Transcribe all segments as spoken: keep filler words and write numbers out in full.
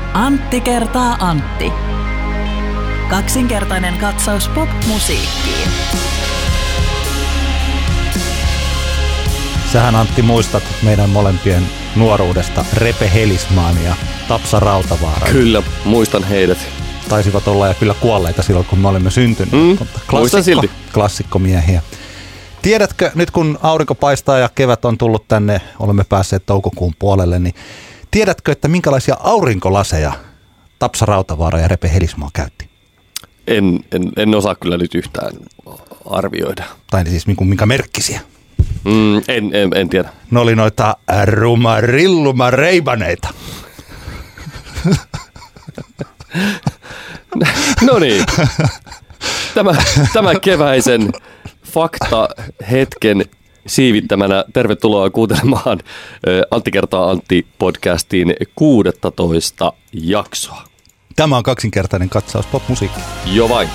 Antti kertaa Antti. Kaksinkertainen katsaus pop-musiikkiin. Sähän Antti muistat meidän molempien nuoruudesta Repe Helismaan ja Tapsa Rautavaara. Kyllä, muistan heidät. Taisivat olla ja kyllä kuolleita silloin, kun me olimme syntyneet. Mm, klassikko, muistan silti. Klassikkomiehiä. Tiedätkö, nyt kun aurinko paistaa ja kevät on tullut tänne, olemme päässeet toukokuun puolelle, niin tiedätkö, että minkälaisia aurinkolaseja Tapsa Rautavaara ja Repe Helismaa käytti? En, en, en osaa kyllä nyt yhtään arvioida. Tai siis minkä merkkisiä? Mm, en, en, en tiedä. Ne oli noita rumarilluma reibaneita. No niin. Tämä, tämä keväisen fakta-hetken siivittämänä tervetuloa kuuntelemaan Antti kertaa Antti podcastin kuusitoista jaksoa. Tämä on kaksinkertainen katsaus popmusiikkiin. Jo vain.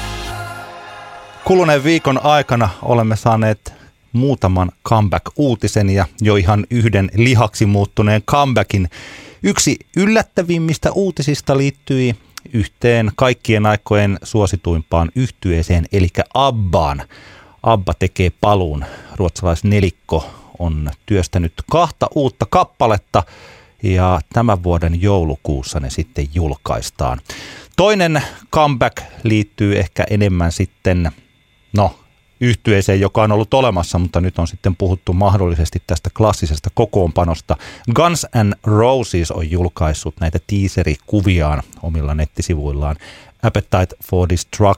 Kuluneen viikon aikana olemme saaneet muutaman comeback-uutisen ja jo ihan yhden lihaksi muuttuneen comebackin. Yksi yllättävimmistä uutisista liittyi yhteen kaikkien aikojen suosituimpaan yhtyeeseen, eli Abbaan. Abba tekee paluun. Ruotsalaisnelikko on työstänyt kahta uutta kappaletta ja tämän vuoden joulukuussa ne sitten julkaistaan. Toinen comeback liittyy ehkä enemmän sitten, no, yhtyeeseen, joka on ollut olemassa, mutta nyt on sitten puhuttu mahdollisesti tästä klassisesta kokoonpanosta. Guns N' Roses on julkaissut näitä teaserikuviaan omilla nettisivuillaan Appetite for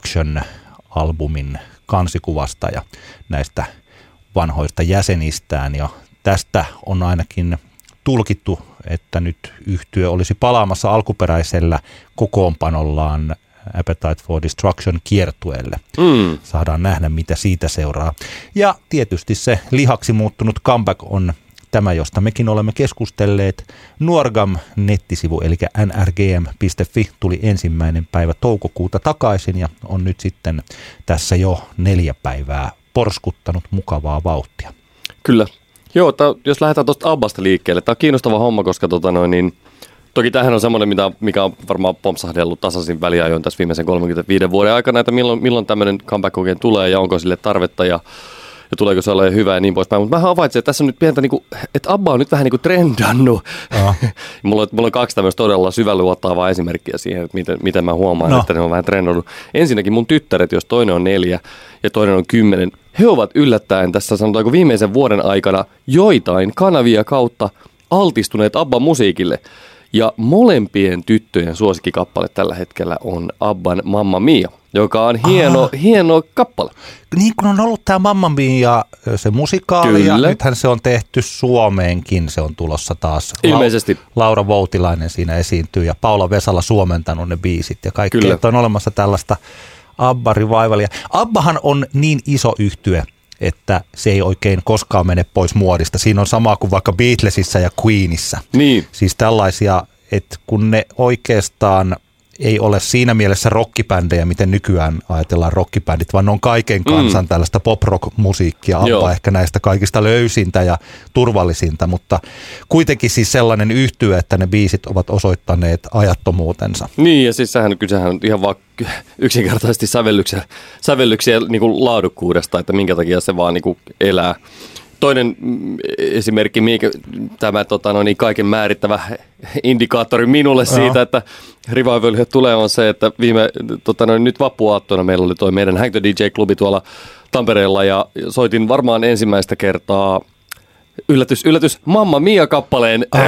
Destruction-albumin kansikuvasta ja näistä vanhoista jäsenistään. Ja tästä on ainakin tulkittu, että nyt yhtye olisi palaamassa alkuperäisellä kokoonpanollaan Appetite for Destruction -kiertueelle. Mm. Saadaan nähdä, mitä siitä seuraa. Ja tietysti se lihaksi muuttunut comeback on tämä, josta mekin olemme keskustelleet. Nuorgam-nettisivu, eli n r g m piste f i, tuli ensimmäinen päivä toukokuuta takaisin ja on nyt sitten tässä jo neljä päivää porskuttanut mukavaa vauhtia. Kyllä. Joo, tää, jos lähdetään tuosta Abbasta liikkeelle, tämä on kiinnostava homma, koska tota noin, niin toki tämähän on semmoinen, mitä, mikä on varmaan pompsahdellut tasaisin väliajoin tässä viimeisen kolmekymmentäviiden vuoden aikana, että milloin, milloin tämmöinen comeback oikein tulee ja onko sille tarvetta ja, ja tuleeko se olla hyvä ja niin poispäin. Mutta mä havaitsin, että tässä on nyt pientä, niin kuin, että Abba on nyt vähän niin kuin trendannut. Oh. mulla, on, mulla on kaksi tämmöistä todella syväluottaavaa esimerkkiä siihen, että miten, miten mä huomaan, no. että ne on vähän trendannut. Ensinnäkin mun tyttäret, jos toinen on neljä ja toinen on kymmenen, he ovat yllättäen tässä sanotaanko viimeisen vuoden aikana joitain kanavia kautta altistuneet Abban musiikille. Ja molempien tyttöjen suosikkikappale tällä hetkellä on Abban Mamma Mia, joka on hieno, hieno kappale. Niin kuin on ollut tämä Mamma Mia, se musikaali, Kyllä. ja nythän se on tehty Suomeenkin, se on tulossa taas. Ilmeisesti. Laura Voutilainen siinä esiintyy ja Paula Vesala suomentanut ne biisit ja kaikki, Kyllä. että on olemassa tällaista Abba-rivivalia. Abbahan on niin iso yhtye, että se ei oikein koskaan mene pois muodista. Siinä on sama kuin vaikka Beatlesissa ja Queenissä. Niin. Siis tällaisia, että kun ne oikeastaan ei ole siinä mielessä rockibändejä, miten nykyään ajatellaan rockibändit, vaan ne on kaiken kansan mm. tällaista pop-rock-musiikkia. Abba ehkä näistä kaikista löysintä ja turvallisinta, mutta kuitenkin siis sellainen yhtye, että ne biisit ovat osoittaneet ajattomuutensa. Niin, ja siis sehän, sehän on ihan vaan yksinkertaisesti sävellyksiä, sävellyksiä niin kuin laadukkuudesta, että minkä takia se vaan niin kuin elää. Toinen esimerkki, mikä, tämä tota, no niin, kaiken määrittävä indikaattori minulle siitä, että Revivalia tulee, on se, että viime, tota, no, nyt vappuaattona meillä oli toi meidän Hang the D J-klubi tuolla Tampereella ja soitin varmaan ensimmäistä kertaa yllätys, yllätys, Mamma Mia-kappaleen oh.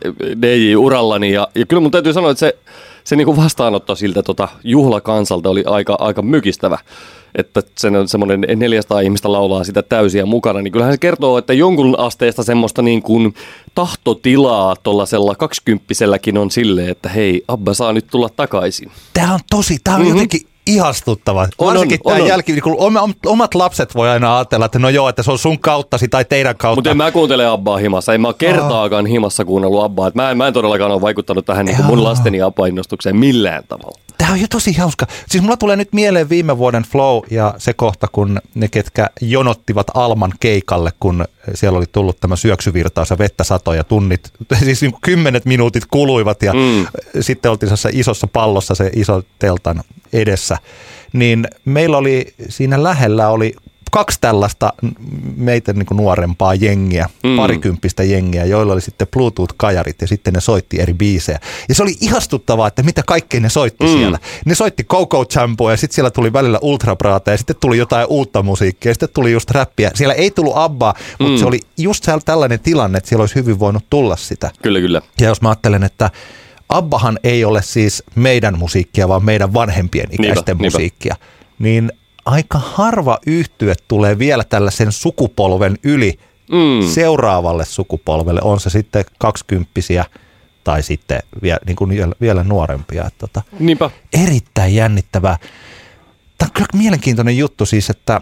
D J-urallani ja, ja kyllä mun täytyy sanoa, että se, se niin kuin vastaanotto siltä tota, juhlakansalta oli aika, aika mykistävä. Että sen on semmoinen neljäsataa ihmistä laulaa sitä täysiä mukana, niin kyllähän se kertoo, että jonkun asteesta semmoista niin kuin tahtotilaa tuollaisella kaksikymppiselläkin on silleen, että hei, Abba saa nyt tulla takaisin. Tämä on tosi, tämä on mm-hmm. jotenkin ihastuttava. On, Varsinkin on, tämä on. jälki, kun omat lapset voi aina ajatella, että no joo, että se on sun kauttasi tai teidän kautta. Mutta en mä kuuntele Abbaa himassa, en mä ole kertaakaan himassa kuunnellut Abbaa. Mä en, mä en todellakaan ole vaikuttanut tähän niin kuin mun lasteni Abba-innostukseen millään tavalla. Tämä on jo tosi hauska. Siis mulla tulee nyt mieleen viime vuoden Flow ja se kohta, kun ne, ketkä jonottivat Alman keikalle, kun siellä oli tullut tämä syöksyvirtaus ja vettä satoja tunnit, siis niin kuin kymmenet minuutit kuluivat ja mm. sitten oltiin isossa pallossa se iso teltan edessä. Niin meillä oli siinä lähellä oli kaksi tällaista meitä niin kuin nuorempaa jengiä, mm. parikymppistä jengiä, joilla oli sitten Bluetooth-kajarit ja sitten ne soitti eri biisejä. Ja se oli ihastuttavaa, että mitä kaikkea ne soitti mm. siellä. Ne soitti Coco Jumboa ja sitten siellä tuli välillä Ultra Brata ja sitten tuli jotain uutta musiikkia ja sitten tuli just räppiä. Siellä ei tullut Abbaa, mutta mm. se oli just tällainen tilanne, että siellä olisi hyvin voinut tulla sitä. Kyllä, kyllä. Ja jos mä ajattelen, että Abbahan ei ole siis meidän musiikkia, vaan meidän vanhempien ikäisten niinpä, musiikkia, niinpä. Niin aika harva yhtye tulee vielä tällaisen sukupolven yli mm. seuraavalle sukupolvelle. On se sitten kaksikymppisiä tai sitten vielä, niin kuin vielä nuorempia. Tota, Niinpä. Erittäin jännittävää. Tämä on kyllä mielenkiintoinen juttu siis, että,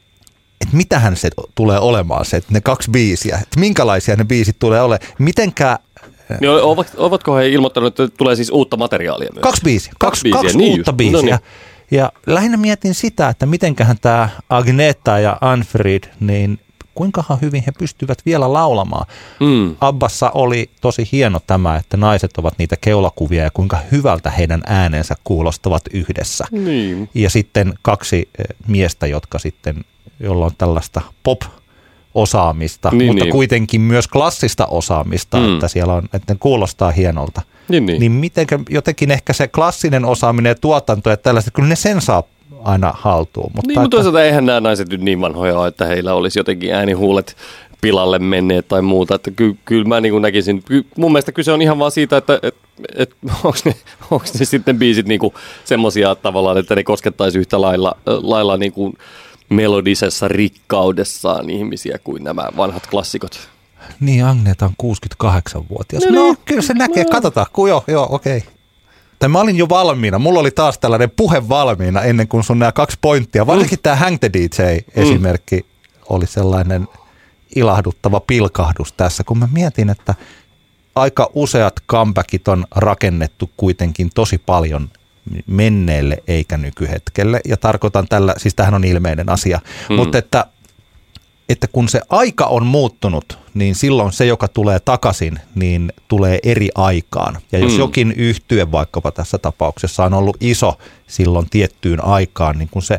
että mitähän se tulee olemaan se, että ne kaksi biisiä. Että minkälaisia ne biisit tulee olemaan. Mitenkään... Niin, ovat, ovatko he ilmoittaneet, että tulee siis uutta materiaalia myös? Kaksi biisiä. Kaksi, kaksi, biisiä, kaksi niin uutta just. biisiä. No niin. Ja lähinnä mietin sitä, että mitenköhän tämä Agneta ja Anfrid, niin kuinkahan hyvin he pystyvät vielä laulamaan. Mm. Abbassa oli tosi hieno tämä, että naiset ovat niitä keulakuvia ja kuinka hyvältä heidän äänensä kuulostavat yhdessä. Niin. Ja sitten kaksi miestä, jotka sitten, jolla on tällaista pop-osaamista, niin, mutta niin. kuitenkin myös klassista osaamista, mm. että siellä on, että ne kuulostaa hienolta. Niin, niin. niin mitenkä jotenkin ehkä se klassinen osaaminen ja tuotanto ja tällaiset, kyllä ne sen saa aina haltuun. Mutta niin, mutta toisaalta eihän nämä naiset nyt niin vanhoja ole, että heillä olisi jotenkin äänihuulet pilalle menneet tai muuta. Että ky, kyllä mä niin kuin näkisin, ky, mun mielestä kyse on ihan vaan siitä, että et, et, onko ne, ne sitten biisit niin kuin semmoisia tavallaan, että ne koskettaisi yhtä lailla, lailla niin kuin melodisessa rikkaudessaan ihmisiä kuin nämä vanhat klassikot. Niin, Agneta on kuusikymmentäkahdeksanvuotias. No, no, kyllä se näkee. No. Katsotaan. Joo, joo, okei. Okay. Mä olin jo valmiina. Mulla oli taas tällainen puhe valmiina ennen kuin sun nämä kaksi pointtia. Varsinkin mm. tämä Hang the D J-esimerkki mm. oli sellainen ilahduttava pilkahdus tässä, kun mä mietin, että aika useat comebackit on rakennettu kuitenkin tosi paljon menneelle eikä nykyhetkelle. Ja tarkoitan tällä, siis tämähän on ilmeinen asia, mm. mutta että että kun se aika on muuttunut, niin silloin se, joka tulee takaisin, niin tulee eri aikaan. Ja jos mm. jokin yhtye vaikkapa tässä tapauksessa on ollut iso silloin tiettyyn aikaan, niin kun se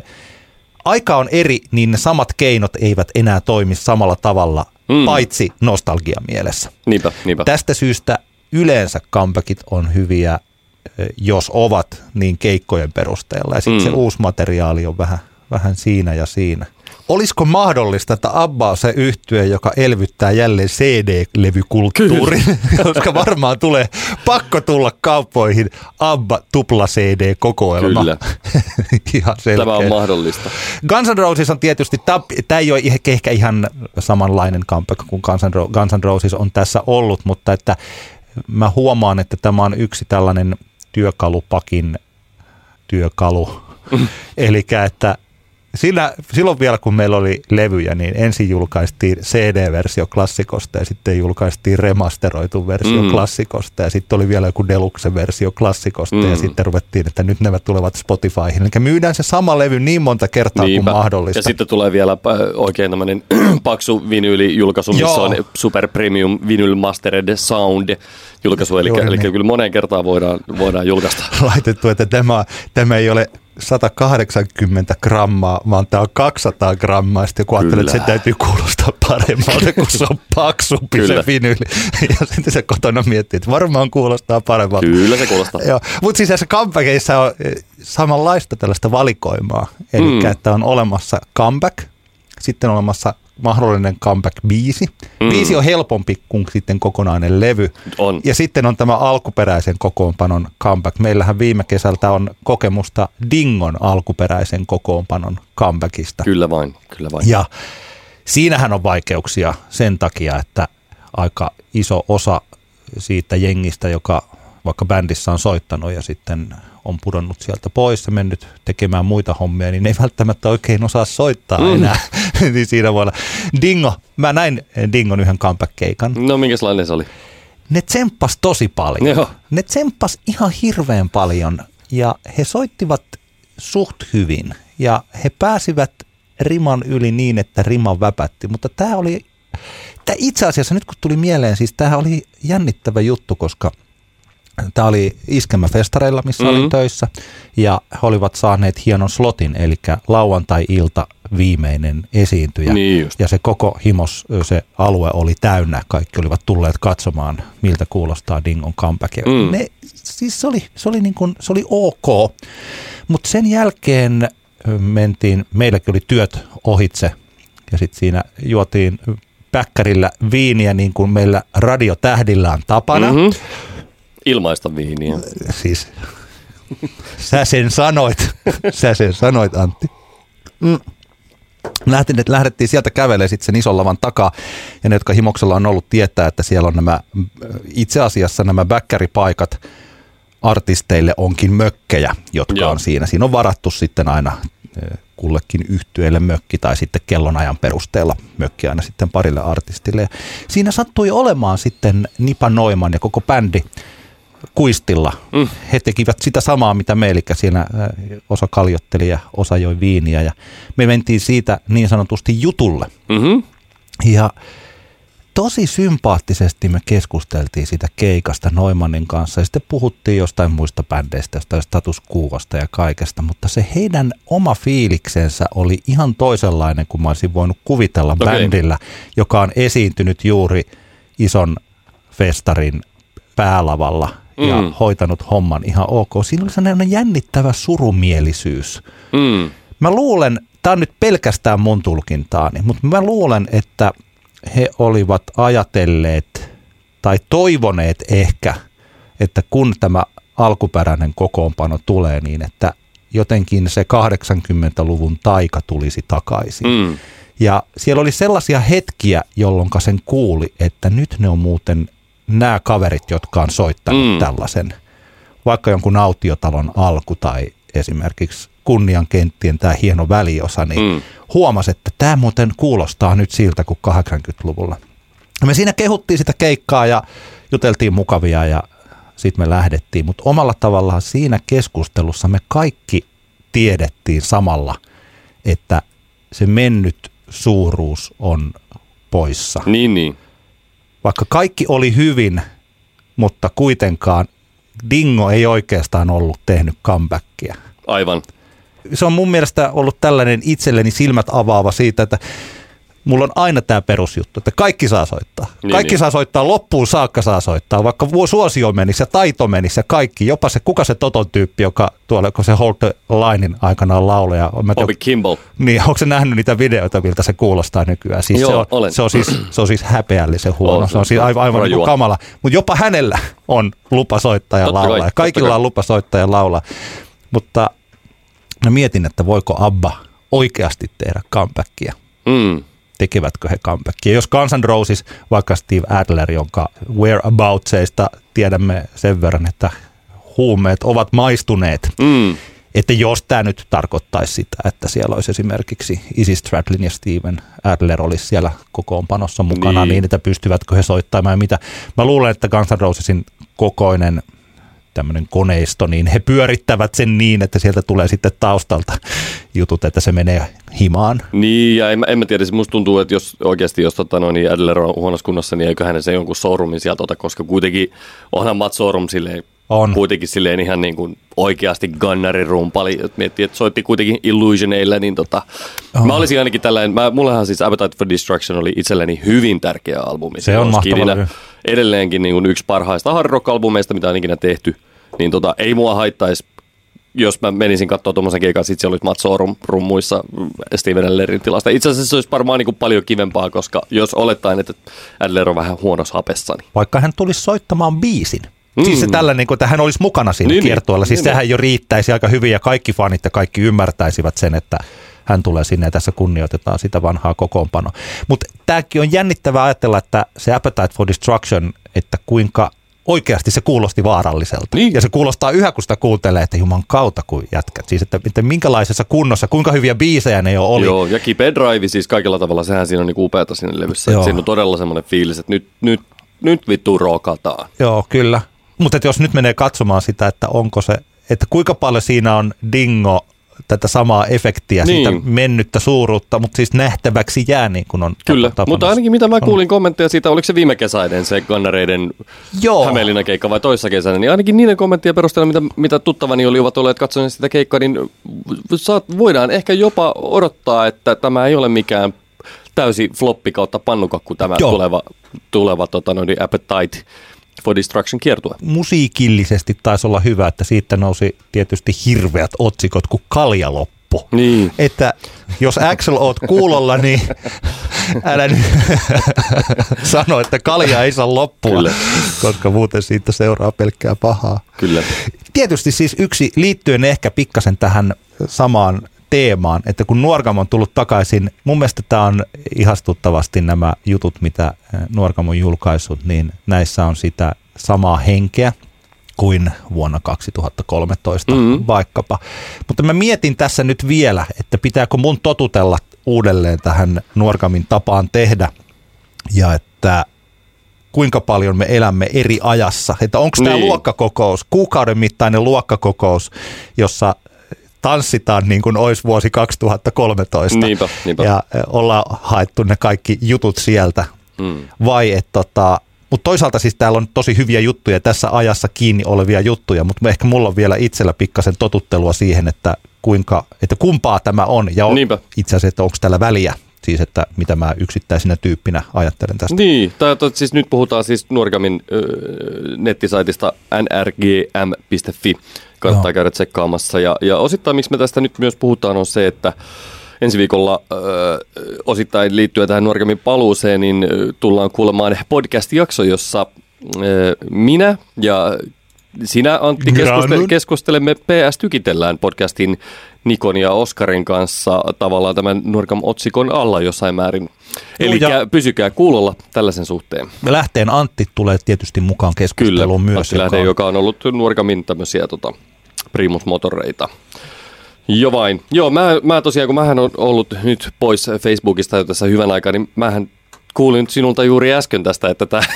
aika on eri, niin ne samat keinot eivät enää toimi samalla tavalla, mm. paitsi nostalgian mielessä. Niinpä, niinpä. Tästä syystä yleensä comebackit on hyviä, jos ovat, niin keikkojen perusteella. Ja sitten mm. se uusi materiaali on vähän, vähän siinä ja siinä. Olisiko mahdollista, että Abba on se yhtye, joka elvyttää jälleen C D-levykulttuurin, koska varmaan tulee pakko tulla kauppoihin Abba tupla C D-kokoelma. Kyllä. Ihan selkeä. Tämä on mahdollista. Guns N' Roses on tietysti, tämä ei ole ehkä ihan samanlainen comeback kuin Guns N' Roses on tässä ollut, mutta että mä huomaan, että tämä on yksi tällainen työkalupakin työkalu. Eli että Siinä, silloin vielä, kun meillä oli levyjä, niin ensin julkaistiin C D-versio klassikosta ja sitten julkaistiin remasteroitu versio mm. klassikosta ja sitten oli vielä joku deluxe-versio klassikosta mm. ja sitten ruvettiin, että nyt ne tulevat Spotifyhin. Eli myydään se sama levy niin monta kertaa Niinpä. kuin mahdollista. Ja sitten tulee vielä oikein tämmöinen paksu vinyylijulkaisu, missä Joo. on Super Premium Vinyl Mastered Sound julkaisu, eli, eli niin. kyllä moneen kertaan voidaan, voidaan julkaista. Laitettu, että tämä, tämä ei ole sata kahdeksankymmentä grammaa, vaan tämä on kaksisataa grammaa. Sitten kun ajattelee, että se täytyy kuulostaa paremmalta, kun se on paksumpi Kyllä. se vinyyli. Ja sitten se kotona miettii, että varmaan kuulostaa paremmalta. Kyllä se kuulostaa. Mutta siis näissä comebackeissa on samanlaista tällaista valikoimaa. Eli mm. että on olemassa comeback, sitten on olemassa mahdollinen comeback-biisi. Mm. Biisi on helpompi kuin sitten kokonainen levy. On. Ja sitten on tämä alkuperäisen kokoonpanon comeback. Meillähän viime kesältä on kokemusta Dingon alkuperäisen kokoonpanon comebackista. Kyllä vain, kyllä vain. Ja siinähän on vaikeuksia sen takia, että aika iso osa siitä jengistä, joka vaikka bändissä on soittanut ja sitten on pudonnut sieltä pois ja mennyt tekemään muita hommia, niin ne ei välttämättä oikein osaa soittaa mm. enää. Niin siinä voi olla. Dingo, mä näin Dingon yhden comeback-keikan. No minkälainen se oli? Ne tsemppas tosi paljon. Joo. Ne tsemppas ihan hirveän paljon ja he soittivat suht hyvin ja he pääsivät riman yli niin, että rima väpätti, mutta tämä oli, tämä itse asiassa nyt kun tuli mieleen, siis tämähän oli jännittävä juttu, koska tämä oli Iskelmäfestareilla, missä mm-hmm. olin töissä, ja he olivat saaneet hienon slotin, eli lauantai-ilta viimeinen esiintyjä, niin ja se koko himos, se alue oli täynnä, kaikki olivat tulleet katsomaan, miltä kuulostaa Dingon comeback. Mm. Ne, siis se oli, se oli, niin kuin, se oli ok, mutta sen jälkeen mentiin, meilläkin oli työt ohitse, ja sitten siinä juotiin päkkärillä viiniä, niin kuin meillä radiotähdillä on tapana. Mm-hmm. Ilmaista viiniä. Siis, sä sen sanoit, sä sen sanoit Antti. Mm. Lähdettiin, lähdettiin sieltä kävelemään sitten sen ison lavan takaa, ja ne, jotka himoksella on ollut, tietää, että siellä on nämä, itse asiassa nämä bäkkäripaikat artisteille onkin mökkejä, jotka Joo. on siinä. Siinä on varattu sitten aina kullekin yhtyeelle mökki tai sitten kellonajan perusteella mökki aina sitten parille artistille. Ja siinä sattui olemaan sitten Nipa Noiman ja koko bändi kuistilla. Mm. He tekivät sitä samaa, mitä me, eli siinä osa kaljotteli ja osa joi viiniä. Ja me mentiin siitä niin sanotusti jutulle. Mm-hmm. Ja tosi sympaattisesti me keskusteltiin siitä keikasta Noimanin kanssa ja sitten puhuttiin jostain muista bändeistä, jostain Status Quosta ja kaikesta, mutta se heidän oma fiiliksensä oli ihan toisenlainen kuin mä olisin voinut kuvitella okay. bändillä, joka on esiintynyt juuri ison festarin päälavalla ja mm. hoitanut homman ihan ok. Siinä oli sellainen jännittävä surumielisyys. Mm. Mä luulen, tää on nyt pelkästään mun tulkintaani, mutta mä luulen, että he olivat ajatelleet tai toivoneet ehkä, että kun tämä alkuperäinen kokoonpano tulee niin, että jotenkin se kahdeksankymmentäluvun taika tulisi takaisin. Mm. Ja siellä oli sellaisia hetkiä, jolloin sen kuuli, että nyt ne on muuten nämä kaverit, jotka on soittanut mm. tällaisen, vaikka jonkun autiotalon alku tai esimerkiksi Kunnian kenttien tämä hieno väliosa, niin mm. huomasi, että tämä muuten kuulostaa nyt siltä kuin kahdeksankymmentäluvulla. Me siinä kehuttiin sitä keikkaa ja juteltiin mukavia ja sitten me lähdettiin, mutta omalla tavallaan siinä keskustelussa me kaikki tiedettiin samalla, että se mennyt suuruus on poissa. Niin, niin. Vaikka kaikki oli hyvin, mutta kuitenkaan Dingo ei oikeastaan ollut tehnyt comebackia. Aivan. Se on mun mielestä ollut tällainen itselleni silmät avaava siitä, että mulla on aina tämä perusjuttu, että kaikki saa soittaa. Niin, kaikki niin. saa soittaa, loppuun saakka saa soittaa, vaikka suosio menisi ja taito menisi ja kaikki. Jopa se, kuka se Toton tyyppi, joka tuolla, kun se Hold the Linein aikanaan laulaja. Bobby Kimball. Niin, onko se nähnyt niitä videoita, miltä se kuulostaa nykyään? Siis Joo, se, on, olen. Se, on siis, se on siis häpeällisen huono, oh, se on siis aivan, aivan niin kuin kamala. Mutta jopa hänellä on lupa soittaa ja laulaa. Kai, Kaikilla on lupa soittaa ja laulaa. Mutta mä mietin, että voiko ABBA oikeasti tehdä comebackia. Mm. Tekevätkö he comebackia? Jos Guns N' Roses, vaikka Steve Adler, jonka Whereaboutseista tiedämme sen verran, että huumeet ovat maistuneet, mm. että jos tämä nyt tarkoittaisi sitä, että siellä olisi esimerkiksi Izzy Stradlin ja Steven Adler olisi siellä kokoonpanossa mukana, niin, niin että pystyvätkö he soittamaan ja mitä. Mä luulen, että Guns N' Rosesin kokoinen tämmöinen koneisto, niin he pyörittävät sen niin, että sieltä tulee sitten taustalta jutut, että se menee himaan. Niin, ja en, en mä tiedä, musta tuntuu, että jos oikeasti, jos tota, no, niin Adler on huonossa kunnossa, niin eiköhän se jonkun showroomin sieltä ota, koska kuitenkin onhan Matt Sorum silleen, on. kuitenkin silleen ihan niin kuin oikeasti gunnarirumpali, että miettii, että soitti kuitenkin Illusioneilla, niin tota, oh. mä olisin ainakin tällainen, mä, mullehan siis Appetite for Destruction oli itselleni hyvin tärkeä albumi. Se on mahtava. Edelleenkin niin kuin yksi parhaista hard rock-albumeista, mitä on ikinä tehty, niin tota, ei mua haittaisi, jos mä menisin katsoa tuommoisen keikan, sit siellä olisi Matt Sorum rummuissa Steven Adlerin tilasta. Itse asiassa se olisi varmaan niin kuin paljon kivempaa, koska jos olettaen, että Adler on vähän huonossa hapessa. Niin. Vaikka hän tulisi soittamaan biisin. Mm. Siis se tällainen, että hän olisi mukana siinä niin, kiertueella. Siis niin, sehän niin. jo riittäisi aika hyvin ja kaikki fanit ja kaikki ymmärtäisivät sen, että hän tulee sinne ja tässä kunnioitetaan sitä vanhaa kokoonpanoa. Mutta tämäkin on jännittävää ajatella, että se Appetite for Destruction, että kuinka oikeasti se kuulosti vaaralliselta. Niin. Ja se kuulostaa yhä, kun sitä kuuntelee, että juman kautta kuin jätkät. Siis, että, että minkälaisessa kunnossa, kuinka hyviä biisejä ne jo oli. Joo, ja Kipe Drive siis kaikilla tavalla, sehän siinä on niin upeata siinä levyssä. Siinä on todella semmoinen fiilis, että nyt, nyt, nyt vittu rookataan. Joo, kyllä. Mutta jos nyt menee katsomaan sitä, että onko se että kuinka paljon siinä on Dingo tätä samaa efektiä, niin. siitä mennyttä suuruutta, mutta siis nähtäväksi jää niin kuin on. Kyllä, tapanus. Mutta ainakin mitä mä kuulin kommentteja siitä, oliko se viime kesäinen se Gunnareiden Hämeenlinnan keikka vai toissa kesänä, niin ainakin niiden kommenttien perusteella, mitä, mitä tuttavani oli, ovat olleet katsoneet sitä keikkaa, niin saat, voidaan ehkä jopa odottaa, että tämä ei ole mikään täysi floppi kautta pannukakku tämä Joo. tuleva, tuleva tota, noin, Appetite for Destruction -kiertue. Musiikillisesti taisi olla hyvä, että siitä nousi tietysti hirveät otsikot kuin kalja loppu. Niin. Että jos Axel oot kuulolla, niin älä nyt sano, että kalja ei saa loppua, Kyllä. koska muuten siitä seuraa pelkkää pahaa. Kyllä. Tietysti siis yksi liittyen ehkä pikkasen tähän samaan teemaan, että kun Nuorgam on tullut takaisin, mun mielestä tämä on ihastuttavasti nämä jutut, mitä Nuorgam on julkaissut, niin näissä on sitä samaa henkeä kuin vuonna kaksituhattakolmetoista mm-hmm. vaikkapa. Mutta mä mietin tässä nyt vielä, että pitääkö mun totutella uudelleen tähän Nuorgamin tapaan tehdä ja että kuinka paljon me elämme eri ajassa. Että onko tämä niin. luokkakokous, kuukauden mittainen luokkakokous, jossa tanssitaan niin kuin olisi vuosi kaksituhattakolmetoista niinpä, niinpä. ja ollaan haettu ne kaikki jutut sieltä. Mm. Vai että tota, mutta toisaalta siis täällä on tosi hyviä juttuja, tässä ajassa kiinni olevia juttuja, mutta ehkä mulla on vielä itsellä pikkasen totuttelua siihen, että, kuinka, että kumpaa tämä on ja on itse asiassa, että onko täällä väliä. Siis, että mitä mä yksittäisenä tyyppinä ajattelen tästä. Niin, tai siis nyt puhutaan siis Nuorgamin äh, nettisaitista n r g m piste f i. Kannattaa no. käydä tsekkaamassa. Ja, ja osittain, miksi me tästä nyt myös puhutaan, on se, että ensi viikolla äh, osittain liittyen tähän Nuorgamin paluuseen, niin äh, tullaan kuulemaan podcast-jakso, jossa äh, minä ja sinä, Antti, keskustel- keskustelemme P S Tykitellään podcastin Nikon ja Oskarin kanssa tavallaan tämän Nuorgam-otsikon alla jossain määrin. Eli no, pysykää kuulolla tällaisen suhteen. Lähteen Antti tulee tietysti mukaan keskusteluun Kyllä, myös. Antti Lähde, joka... joka on ollut Nuorgamin tämmöisiä tota, primusmotoreita. Jo vain. Joo, mä, mä tosiaan, kun mähän on ollut nyt pois Facebookista jo tässä hyvän aikaa, niin mähän kuulin sinulta juuri äsken tästä, että tämä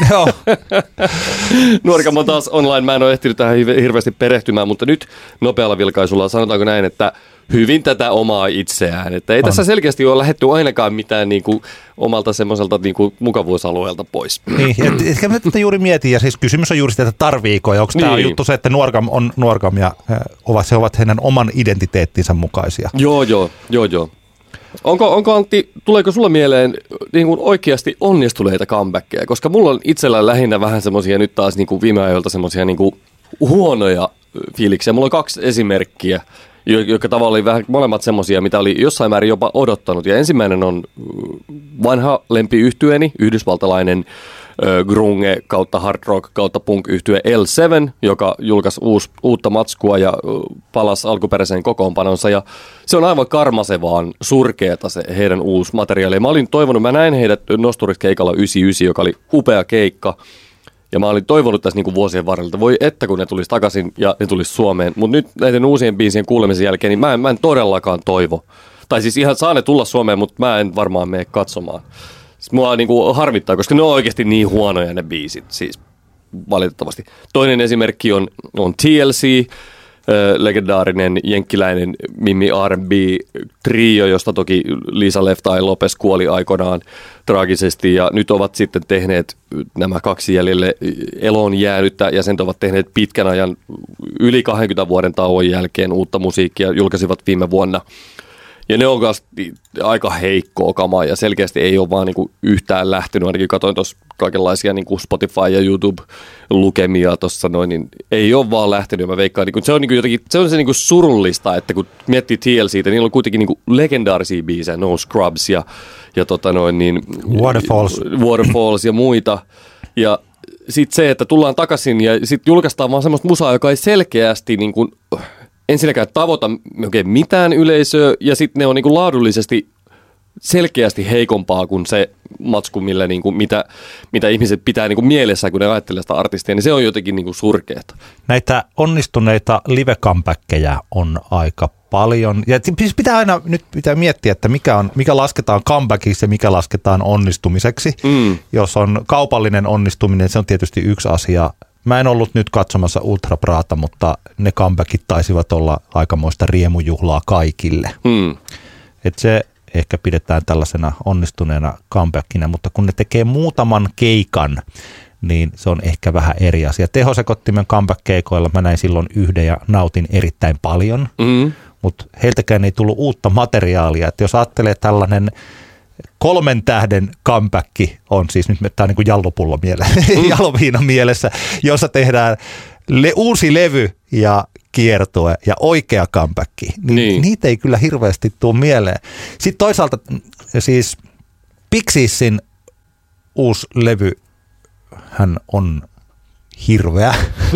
Nuorgam on taas online. Mä en ole ehtinyt tähän hirveästi perehtymään, mutta nyt nopealla vilkaisulla sanotaanko näin, että hyvin tätä omaa itseään. Että ei on. Tässä selkeästi ole lähdetty ainakaan mitään niin kuin omalta semmoiselta niin kuin mukavuusalueelta pois. Niin, et, ehkä mä tätä juuri mietin, ja siis kysymys on juuri sitä, että tarviiko, ja onko niin. tämä juttu se, että Nuorgam on Nuorgam, ja ovat, se ovat heidän oman identiteettinsä mukaisia. Joo, joo, joo, joo. Onko, onko Antti, tuleeko sulla mieleen niin kuin oikeasti onnistuneita comebackkejä? Koska mulla on itsellä lähinnä vähän semmoisia nyt taas niin kuin viime ajoilta semmoisia niin kuin huonoja fiiliksiä. Mulla on kaksi esimerkkiä, jotka tavallaan oli vähän molemmat semmoisia, mitä oli jossain määrin jopa odottanut. Ja ensimmäinen on vanha lempiyhtyeeni, yhdysvaltalainen grunge kautta hard rock kautta punk-yhtye L seitsemän, joka julkaisi uus, uutta matskua ja palasi alkuperäiseen kokoonpanonsa. Ja se on aivan karmasevaan surkeata se heidän uusi materiaali. Mä olin toivonut, mä näin heidät Nosturit-keikalla yhdeksänkymmentäyhdeksän, joka oli upea keikka. Ja mä olin toivonut tässä niinku vuosien varrella, että voi että kun ne tulisi takaisin ja ne tulisi Suomeen. Mutta nyt näiden uusien biisien kuulemisen jälkeen, niin mä en, mä en todellakaan toivo. Tai siis ihan saa ne tulla Suomeen, mutta mä en varmaan mene katsomaan. Mua niinku harmittaa, koska ne on oikeasti niin huonoja ne biisit, siis valitettavasti. Toinen esimerkki on, on T L C, äh, legendaarinen jenkkiläinen Mimmi R and B-trio, josta toki Lisa Left Eye Lopez kuoli aikoinaan traagisesti, ja nyt ovat sitten tehneet nämä kaksi jäljelle eloon jäänyttä jäsentä ovat tehneet pitkän ajan yli kaksikymmentä vuoden tauon jälkeen uutta musiikkia, julkaisivat viime vuonna. Ja ne on myös aika heikkoa kamaa ja selkeästi ei ole vaan niinku yhtään lähtenyt. Ainakin katsoin tuossa kaikenlaisia niinku Spotify ja YouTube-lukemia tuossa noin, niin ei ole vaan lähtenyt. Mä veikkaan, niinku, se on niinku jotenkin, se on se niinku surullista, että kun miettii T L C:tä, niillä on kuitenkin niinku legendaarisia biisejä, No Scrubs ja, ja tota noin, niin, Waterfalls. Waterfalls ja muita. Ja sitten se, että tullaan takaisin ja sitten julkaistaan vaan semmoista musaa, joka ei selkeästi niinku ensinnäkään tavoita oikein mitään yleisöä, ja sitten ne on niinku laadullisesti selkeästi heikompaa kuin se matsku, millä niinku, mitä, mitä ihmiset pitää niinku mielessä, kun ne ajattelee sitä artistia, niin se on jotenkin niinku surkeata. Näitä onnistuneita live-comebackkejä on aika paljon. Ja siis pitää aina nyt pitää miettiä, että mikä, on, mikä lasketaan comebackiksi ja mikä lasketaan onnistumiseksi. Mm. Jos on kaupallinen onnistuminen, se on tietysti yksi asia. mä en ollut nyt katsomassa Ultra Brata, mutta ne comebackit taisivat olla aikamoista riemujuhlaa kaikille. Mm. Et se ehkä pidetään tällaisena onnistuneena comebackina, mutta kun ne tekee muutaman keikan, niin se on ehkä vähän eri asia. Tehosekottimen comeback-keikoilla mä näin silloin yhden ja nautin erittäin paljon, Mm. mutta heiltäkään ei tullut uutta materiaalia. Et jos ajattelee tällainen kolmen tähden comeback on siis, nyt tämä on niin kuin jallopullo mielessä, mm. jaloviina mielessä, jossa tehdään le- uusi levy ja kiertue ja oikea comeback, niin, niin niitä ei kyllä hirveästi tule mieleen. Sitten toisaalta siis Pixiesin uusi levy, hän on hirveä.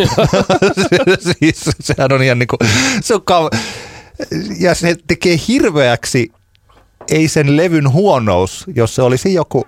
Siis sehän on ihan niin kuin, se on ka- ja se tekee hirveäksi, ei sen levyn huonous, jos se olisi joku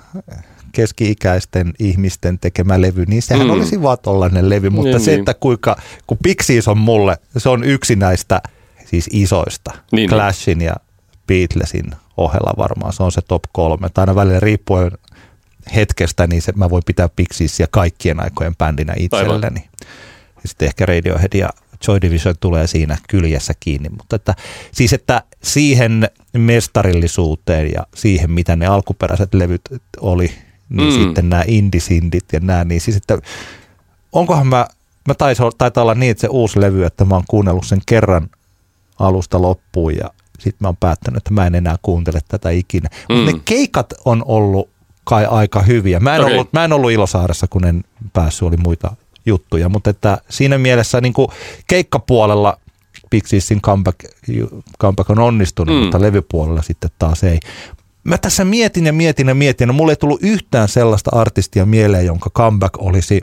keski-ikäisten ihmisten tekemä levy, niin sehän mm. olisi vaan tollainen levy, mutta niin, se, että kuinka, kun Pixies on mulle, se on yksi näistä siis isoista, niin, Clashin niin. ja Beatlesin ohella varmaan, se on se top kolme, tai aina välillä riippuen hetkestä, niin se, mä voin pitää Pixiesia kaikkien aikojen bändinä itselleni. Ja sitten ehkä Radiohead ja Joy Division tulee siinä kyljessä kiinni, mutta että, siis että siihen mestarillisuuteen ja siihen, mitä ne alkuperäiset levyt oli, niin mm. sitten nämä indie-sindit ja nämä, niin siis että onkohan mä, mä taisin, taitaa olla niin, että se uusi levy, että mä oon kuunnellut sen kerran alusta loppuun ja sitten mä oon päättänyt, että mä en enää kuuntele tätä ikinä. Mm. Mutta ne keikat on ollut kai aika hyviä. Mä en, okay. ollut, mä en ollut Ilosaaressa, kun en päässyt, oli muita juttuja, mutta että siinä mielessä niin kuin keikkapuolella Pixiesin comeback, comeback on onnistunut, mm. mutta levypuolella sitten taas ei. Mä tässä mietin ja mietin ja mietin, no mulle ei tullut yhtään sellaista artistia mieleen, jonka comeback olisi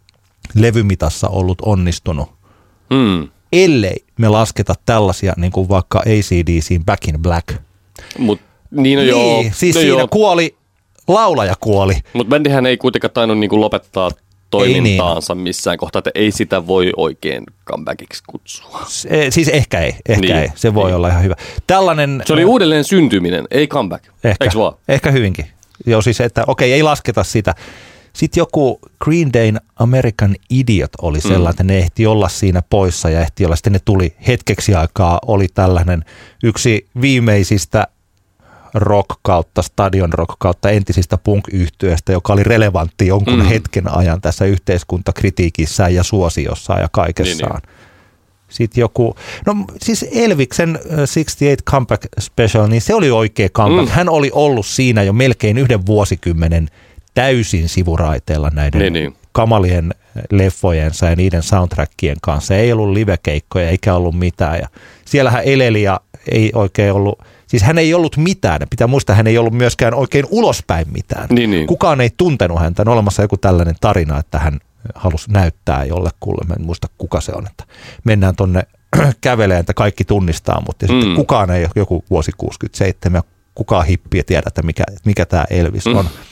levymitassa ollut onnistunut, mm. ellei me lasketa tällaisia niin kuin vaikka A C D C:n Back in Black. Mut, niin, no niin joo. Siis no siinä joo. kuoli, laulaja kuoli. Mutta bändihän ei kuitenkaan tainnut niinku lopettaa toimintaansa niin. missään kohtaa, että ei sitä voi oikein comebackiksi kutsua. Se, siis ehkä ei, ehkä niin. ei. Se voi niin. olla ihan hyvä. Tällainen, se oli uudelleen syntyminen, ei comeback. Ehkä, Eiks vaan? Ehkä hyvinkin. Joo, siis että okei, ei lasketa sitä. Sitten joku Green Dayn American Idiot oli sellainen, mm. että ne ehti olla siinä poissa ja ehti olla. Sitten ne tuli hetkeksi aikaa, oli tällainen yksi viimeisistä rock kautta, stadion rock kautta entisistä punk-yhtyeistä, joka oli relevantti jonkun mm. hetken ajan tässä yhteiskuntakritiikissään ja suosiossaan ja kaikessaan. Niin, niin. Sitten joku, no siis Elviksen sixty-eight Comeback Special, niin se oli oikea comeback. Mm. Hän oli ollut siinä jo melkein yhden vuosikymmenen täysin sivuraiteella näiden niin, niin. kamalien leffojensa ja niiden soundtrackien kanssa. Ei ollut livekeikkoja eikä ollut mitään. Ja siellähän eleli ja ei oikein ollut, siis hän ei ollut mitään. Pitää muistaa, hän ei ollut myöskään oikein ulospäin mitään. Niin, niin. Kukaan ei tuntenut häntä. On olemassa joku tällainen tarina, että hän halusi näyttää jollekulle. Mä en muista, kuka se on. Että mennään tonne käveleen, että kaikki tunnistaa, mutta mm. sitten kukaan ei ole joku vuosi kuusikymmentäseitsemän, kukaan hippiä tiedä, että mikä, mikä tämä Elvis on. Mm.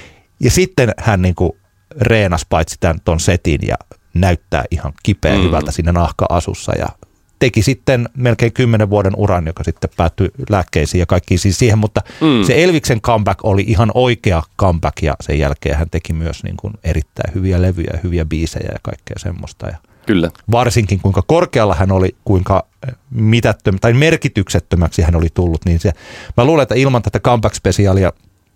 Ja sitten hän niin kuin reenasi paitsi tämän ton setin ja näyttää ihan kipeä mm. hyvältä siinä nahka-asussa ja teki sitten melkein kymmenen vuoden uran, joka sitten päättyi lääkkeisiin ja kaikkiin siis siihen, mutta mm. se Elviksen comeback oli ihan oikea comeback ja sen jälkeen hän teki myös niin kuin erittäin hyviä levyjä ja hyviä biisejä ja kaikkea semmoista. Ja kyllä. Varsinkin kuinka korkealla hän oli, kuinka mitättöm, tai merkityksettömäksi hän oli tullut, niin se, mä luulen, että ilman tätä comeback-spesiaalia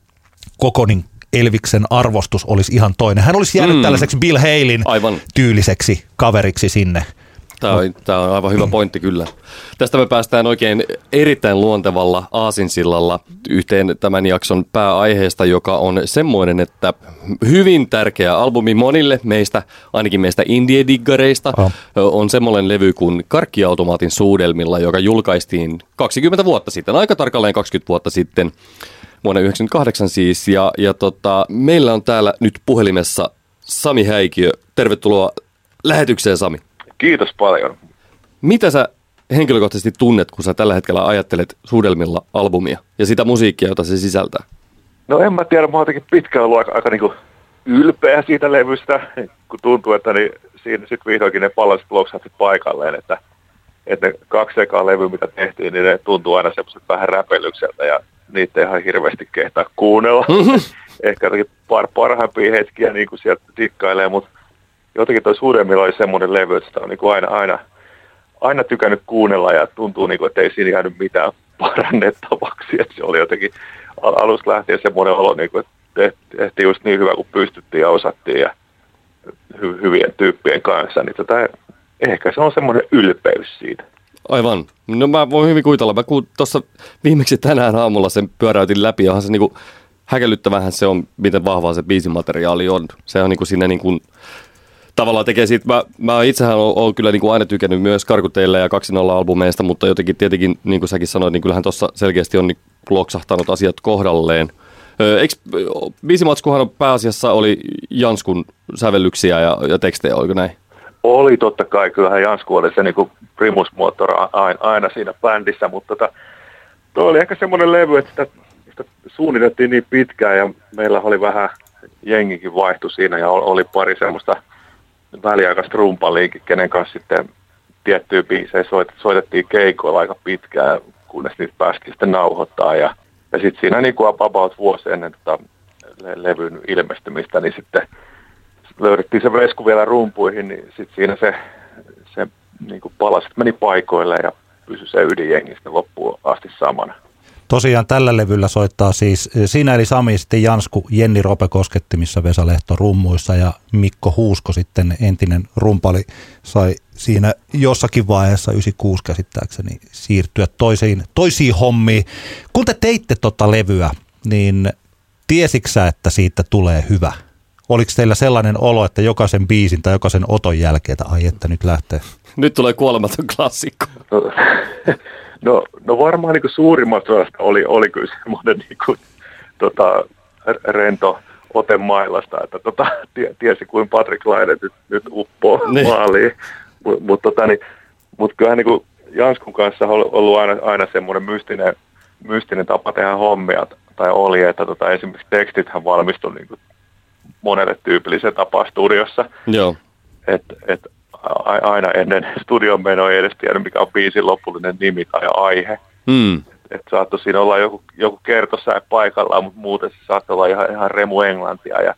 koko niin Elviksen arvostus olisi ihan toinen. Hän olisi jäänyt mm. tällaiseksi Bill Haleyn aivan tyyliseksi kaveriksi sinne. Tämä on, tämä on aivan hyvä pointti kyllä. Tästä me päästään oikein erittäin luontevalla aasinsillalla yhteen tämän jakson pääaiheesta, joka on semmoinen, että hyvin tärkeä albumi monille meistä, ainakin meistä indie-diggareista, oh. on semmoinen levy kuin Karkkiautomaatin suudelmilla, joka julkaistiin kaksikymmentä vuotta sitten, aika tarkalleen kaksikymmentä vuotta sitten. Vuonna yhdeksänkymmentäkahdeksan siis, ja, ja tota, meillä on täällä nyt puhelimessa Sami Häikiö. Tervetuloa lähetykseen, Sami. Kiitos paljon. Mitä sä henkilökohtaisesti tunnet, kun sä tällä hetkellä ajattelet Suudelmilla albumia ja sitä musiikkia, jota se sisältää? No en mä tiedä, mä oon jotenkin pitkään ollut aika, aika niin kuin ylpeä siitä levystä, kun tuntuu, että niin siinä sitten vihdoinkin ne pallolliset loksahti paikalleen, että, että ne kaksi ekaa levyä, mitä tehtiin, niin ne tuntuu aina semmoiset vähän räpelykseltä ja niitä ei ihan hirveästi kehtaa kuunnella. Mm-hmm. Ehkä jotenkin par, parhaimpia hetkiä niin kuin sieltä dikkailee, mutta jotenkin toi Suuremmilla oli semmoinen levy, että sitä on niin kuin aina, aina, aina tykännyt kuunnella ja tuntuu, niin kuin, että ei siinä jäänyt mitään parannettavaksi. Että se oli jotenkin alusta lähtien semmoinen olo, niin kuin, että tehtiin just niin hyvä kuin pystyttiin ja osattiin ja hy- hyvien tyyppien kanssa. Niin tota, ehkä se on semmoinen ylpeys siitä. Aivan. No mä voin hyvin kuvitella. Mä tuossa viimeksi tänään aamulla sen pyöräytin läpi, johon se niinku häkellyttävähän se on, miten vahvaa se biisimateriaali on. Se on niinku siinä niinku, tavallaan tekee siitä, mä, mä itsehän olen kyllä niinku aina tykännyt myös Karkuteille ja kaksi nolla albumeista, mutta jotenkin tietenkin, niin kuin säkin sanoit, niin kyllähän tuossa selkeästi on niin loksahtanut asiat kohdalleen. Eikö biisimatskuhan on pääasiassa oli Janskun sävellyksiä ja, ja tekstejä, oliko näin? Oli totta kai, kyllähän Jansku oli se niinku primusmoottori aina, aina siinä bändissä, mutta tota, toi oli ehkä semmoinen levy, että sitä, sitä suunnitettiin niin pitkään ja meillä oli vähän jengikin vaihtu siinä ja oli pari semmoista väliaikaista rumpaliikin, kenen kanssa sitten tiettyjä biisejä soitettiin keikoilla aika pitkään, kunnes niitä päästiin sitten nauhoittaa ja, ja sitten siinä niinku about vuosi ennen tota levyn ilmestymistä, niin sitten löydettiin se vesku vielä rumpuihin, niin sitten siinä se, se niin kuin palaset meni paikoille ja pysyi se ydinjengistä loppuun asti samana. Tosiaan tällä levyllä soittaa siis sinä eli Sami, sitten Jansku, Jenni Rope koskettimissa, Vesa Lehto rummuissa ja Mikko Huusko sitten entinen rumpali sai siinä jossakin vaiheessa yhdeksänkymmentäkuusi käsittääkseni siirtyä toisiin, toisiin hommiin. Kun te teitte tota levyä, niin tiesiksä, että siitä tulee hyvä? Oliko teillä sellainen olo, että jokaisen biisin tai jokaisen oton jälkeen, että ai että nyt lähtee? Nyt tulee kuolematon klassikko. No, no, no varmaan niin suurimmasta osasta oli, oli kyllä semmoinen niin kuin, tota, rento ote mailasta, että tota, tiesi kuin Patrick Laine nyt, nyt uppoo niin maaliin. Mutta mut, tota, niin, mut kyllähän niin kuin Janskun kanssa on ollut aina, aina semmoinen mystinen, mystinen tapa tehdä hommia, tai oli, että tota, esimerkiksi tekstithän valmistui niin kuin monelle tyypilliseen tapaan studiossa. Joo. Että et, aina ennen studion menoa ei edes tiedä, mikä on biisin lopullinen nimi tai aihe. Mm. Että et saattoi siinä olla joku, joku kertosäe paikallaan, mutta muuten se saattoi olla ihan, ihan remu englantia ja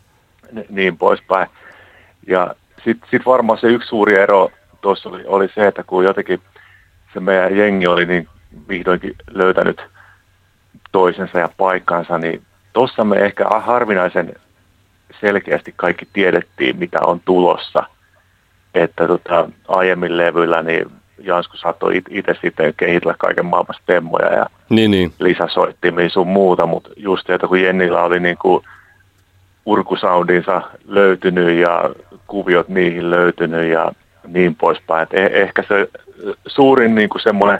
niin poispäin. Ja sitten sit varmaan se yksi suuri ero tuossa oli, oli se, että kun jotenkin se meidän jengi oli niin vihdoinkin löytänyt toisensa ja paikkansa, niin tuossa me ehkä harvinaisen selkeästi kaikki tiedettiin, mitä on tulossa. Että tota, aiemmin levyllä niin Jansku saattoi itse sitten kehitellä kaiken maailman stemmoja ja niin, niin. lisäsoittimia sun muuta, mutta just että kun Jennillä oli niinku urkusoundinsa löytynyt ja kuviot niihin löytynyt ja niin poispäin. Et eh- ehkä se suurin niinku semmoinen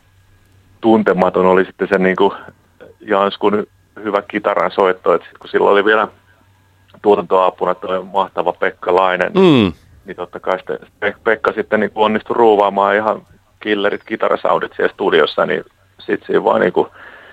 tuntematon oli sitten se niinku Janskun hyvä kitaran soitto, että kun sillä oli vielä tuotantoapuna tuo mahtava Pekka Laine, mm. niin totta kai sitten Pekka sitten niin onnistui ruuvaamaan ihan killerit kitarasoundit siellä studiossa, niin sitten siinä vaan niin kuin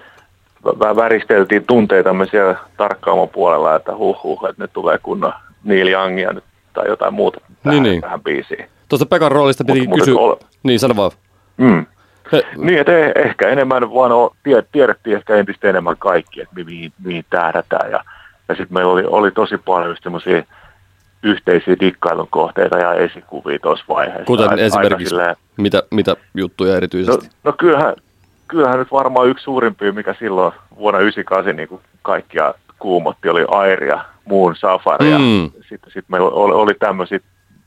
väristeltiin tunteitamme siellä tarkkaamon puolella, että huh huh, että nyt tulee kunnon Neil Youngia nyt, tai jotain muuta tähän, niin, tähän biisiin. Tuosta Pekan roolista piti Mut, kysyä, ol... niin sano vaan. Mm. Niin, että ehkä enemmän vaan tiedettiin ehkä entistä enemmän kaikki, että mihin, mihin tähdätään. Ja, ja sitten meillä oli, oli tosi paljon semmoisia yhteisiä dikkailun kohteita ja esikuvia tuossa vaiheessa. Kuten Aika esimerkiksi, silleen, mitä, mitä juttuja erityisesti? No, no kyllähän, kyllähän nyt varmaan yksi suurimpia, mikä silloin vuonna yhdeksänkymmentäkahdeksan niin kuin kaikkia kuumotti, oli Air ja Moon Safari. Ja mm. sitten sit meillä oli, oli tämmöisiä,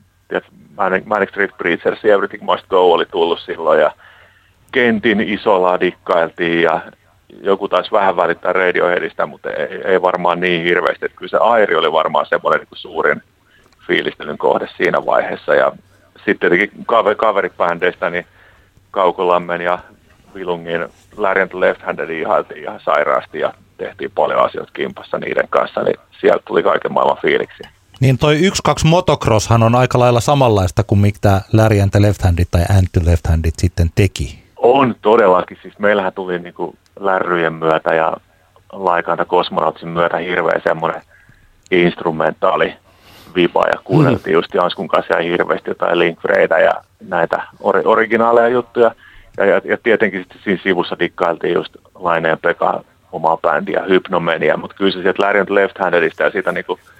Manic Street Preachers ja Everything Must Go oli tullut silloin ja Kentin isolla dikkailtiin ja joku taisi vähän välittää Radioheadista, mutta ei, ei varmaan niin hirveästi. Että kyllä se Airi oli varmaan semmoinen niin kuin suurin fiilistelyn kohde siinä vaiheessa. Ja sitten tietenkin kaveribändeistä, niin Kaukolammen ja Vilungin Larry and the Left-Handedin ihailtiin ihan sairaasti ja tehtiin paljon asioita kimpassa niiden kanssa, niin sieltä tuli kaiken maailman fiiliksiä. Niin toi yksi kaksi motocrosshan on aika lailla samanlaista kuin mitä Larry and the Left-Handit tai And the Left-Handit sitten teki. On todellakin. Siis meillähän tuli niinku lärryjen myötä ja Laikanta Kosmonautsin myötä hirveä semmoinen instrumentaali viba ja kuunneltiin mm. just Janskun kanssa ja hirveästi jotain Linkfreitä ja näitä ori- originaaleja juttuja. Ja, ja, ja tietenkin sitten siinä sivussa dikkailtiin just Laineen Pekan omaa bändiä, Hypnomenia, mutta kyllä se sieltä Larry and Left-Handedista ja siitä niinku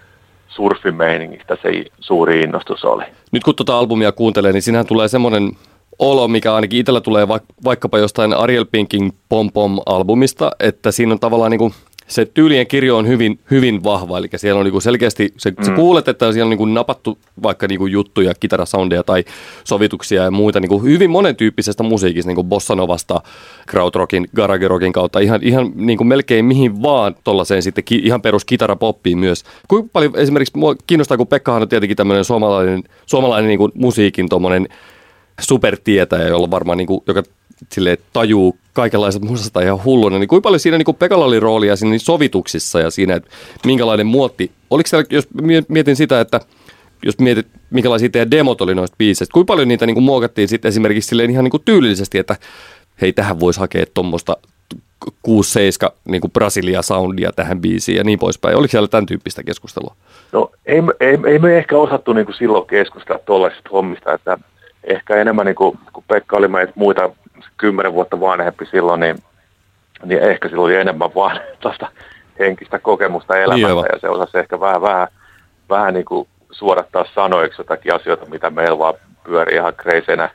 surfimeiningistä se suuri innostus oli. Nyt kun tuota albumia kuuntelee, niin siinähän tulee semmoinen olo, mikä ainakin itsellä tulee vaikkapa jostain Ariel Pinkin Pom Pom-albumista, että siinä on tavallaan niin kuin se tyylien kirjo on hyvin, hyvin vahva, eli siellä on niinku selkeästi, se, mm. se kuulet, että siellä on niinku napattu vaikka niinku juttuja, kitarasoundeja tai sovituksia ja muita niinku hyvin monentyyppisestä musiikista, niinku bossanovasta, krautrockin, garagerockin kautta, ihan, ihan niinku melkein mihin vaan tuollaiseen sitten ki, ihan perus kitarapoppiin myös. Kuinka paljon esimerkiksi mua kiinnostaa, kun Pekkahan on tietenkin tämmöinen suomalainen, suomalainen niinku musiikin tommonen supertietäjä, jolla varmaan niinku, joka silleen tajuu kaikenlaiset musasta ihan hulluna, niin kuinka paljon siinä niin Pekalla oli roolia siinä sovituksissa ja siinä, että minkälainen muotti, oliko siellä, jos mietin sitä, että jos mietit, minkälaisia teidän demot oli noista biiseistä, kuinka paljon niitä niin muokattiin sitten esimerkiksi silleen ihan niin tyylillisesti, että hei, tähän voisi hakea tuommoista kuusi seitsemän niin Brasilia-soundia tähän biisiin ja niin poispäin. Oliko siellä tämän tyyppistä keskustelua? No ei, ei, ei me ehkä osattu niin silloin keskustella tuollaisista hommista, että ehkä enemmän niin kuin, kun Pekka oli meitä muita kymmenen vuotta vanhempi silloin, niin, niin ehkä silloin oli enemmän vaan tuosta henkistä kokemusta elämästä niin, ja se osasi ehkä vähän, vähän, vähän niin kuin suodattaa sanoiksi jotakin asioita, mitä meillä vaan pyörii ihan kreiseinä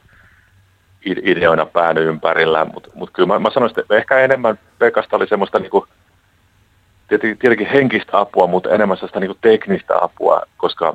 ideoina pään ympärillä, mutta mut kyllä mä, mä sanoisin, että ehkä enemmän Pekasta oli semmoista niin kuin, tietenkin henkistä apua, mutta enemmän sellaista niin kuin teknistä apua, koska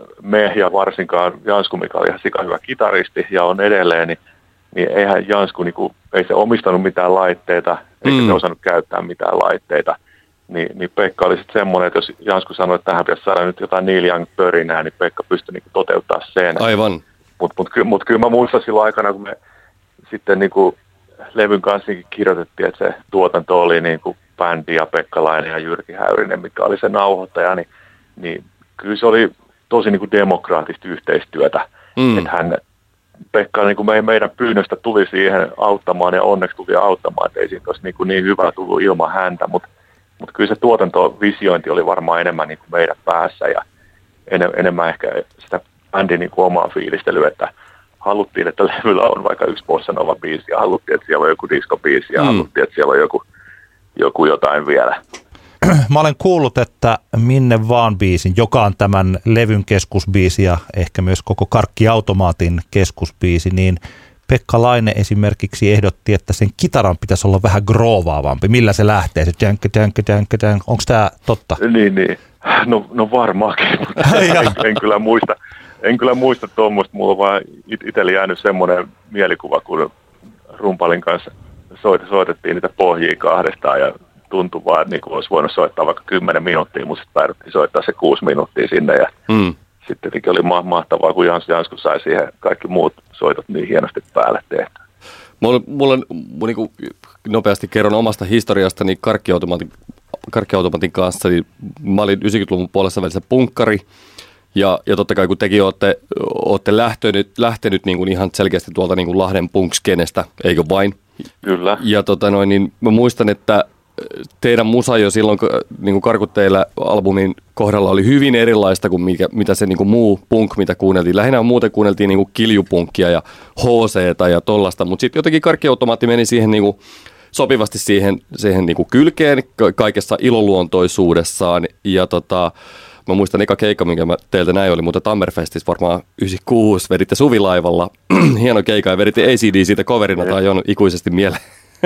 me ja varsinkaan Jansku, mikä oli ihan sika hyvä kitaristi ja on edelleen, niin, niin eihän Jansku, niin kuin, ei se omistanut mitään laitteita, eikä mm. se osannut käyttää mitään laitteita. Ni, niin Pekka oli sitten semmoinen, että jos Jansku sanoi, että tähän pitäisi saada nyt jotain Neil Young-pörinää, niin Pekka pystyi niin kuin toteuttaa sen. Aivan. Mutta mut, mut, mut kyllä mä muistan silloin aikana, kun me sitten niin kuin levyn kanssa kirjoitettiin, että se tuotanto oli niin kuin bändi ja Pekkalainen ja Jyrki Häyrinen, mikä oli se nauhoittaja, niin, niin kyllä se oli tosi niin kuin demokraattista yhteistyötä. Mm. Että hän, Pekka niin kuin meidän pyynnöstä tuli siihen auttamaan ja onneksi tuli auttamaan, että ei siitä olisi niin, kuin niin hyvä tullut ilman häntä, mutta mut kyllä se tuotantovisiointi oli varmaan enemmän niin kuin meidän päässä ja en, enemmän ehkä sitä bändin niin kuin omaa fiilistelyä, että haluttiin, että levyllä on vaikka yksi bossanova biisi ja haluttiin, että siellä on joku diskobiisi ja mm. haluttiin, että siellä on joku, joku jotain vielä. Mä olen kuullut, että Minne vaan biisin, joka on tämän levyn keskusbiisi ja ehkä myös koko Karkkiautomaatin keskusbiisi, niin Pekka Laine esimerkiksi ehdotti, että sen kitaran pitäisi olla vähän groovaavampi. Millä se lähtee? Se jänk, jänk, jänk, jänk. Onko tämä totta? Niin, niin. No, no varmaankin, mutta en, en kyllä muista. En kyllä muista tuommoista. Mulla on vaan itsellä jäänyt semmoinen mielikuva, kun rumpalin kanssa soitettiin niitä pohjia kahdestaan ja tuntui vaan, että niin olisi voinut soittaa vaikka kymmenen minuuttia, mutta sitten päädyttiin soittaa se kuusi minuuttia sinne. Ja mm. sitten tietenkin oli ma- mahtavaa, kun Jans Jansku sai siihen kaikki muut soitot niin hienosti päälle tehty. Mulla, mulla on, niin kuin nopeasti kerron omasta historiastani Karkkiautomaatin, Karkkiautomaatin kanssa. Niin mä olin yhdeksänkymmentäluvun puolessa välissä punkkari. Ja, ja totta kai kun tekin olette, olette lähtenyt, lähtenyt niin kuin ihan selkeästi tuolta niin kuin Lahden punkskenestä, eikö vain? Kyllä. Ja tota noin, niin mä muistan, että teidän musa jo silloin niin kuin Karkutteillä albumin kohdalla oli hyvin erilaista kuin mikä, mitä se niin kuin muu punk, mitä kuunneltiin. Lähinnä muuten kuunneltiin niin kuin kiljupunkkia ja H C:tä ja tollasta, mutta sitten jotenkin Karkkiautomaatti meni siihen niin kuin sopivasti siihen, siihen niin kuin kylkeen kaikessa iloluontoisuudessaan. Ja tota, mä muistan eka keikka, minkä mä teiltä näin oli, mutta Tammerfestissä varmaan yhdeksänkymmentäkuusi veditte Suvilaivalla. Hieno keikka ja veditte A C D siitä coverina, tai on jäänyt ikuisesti mieleen.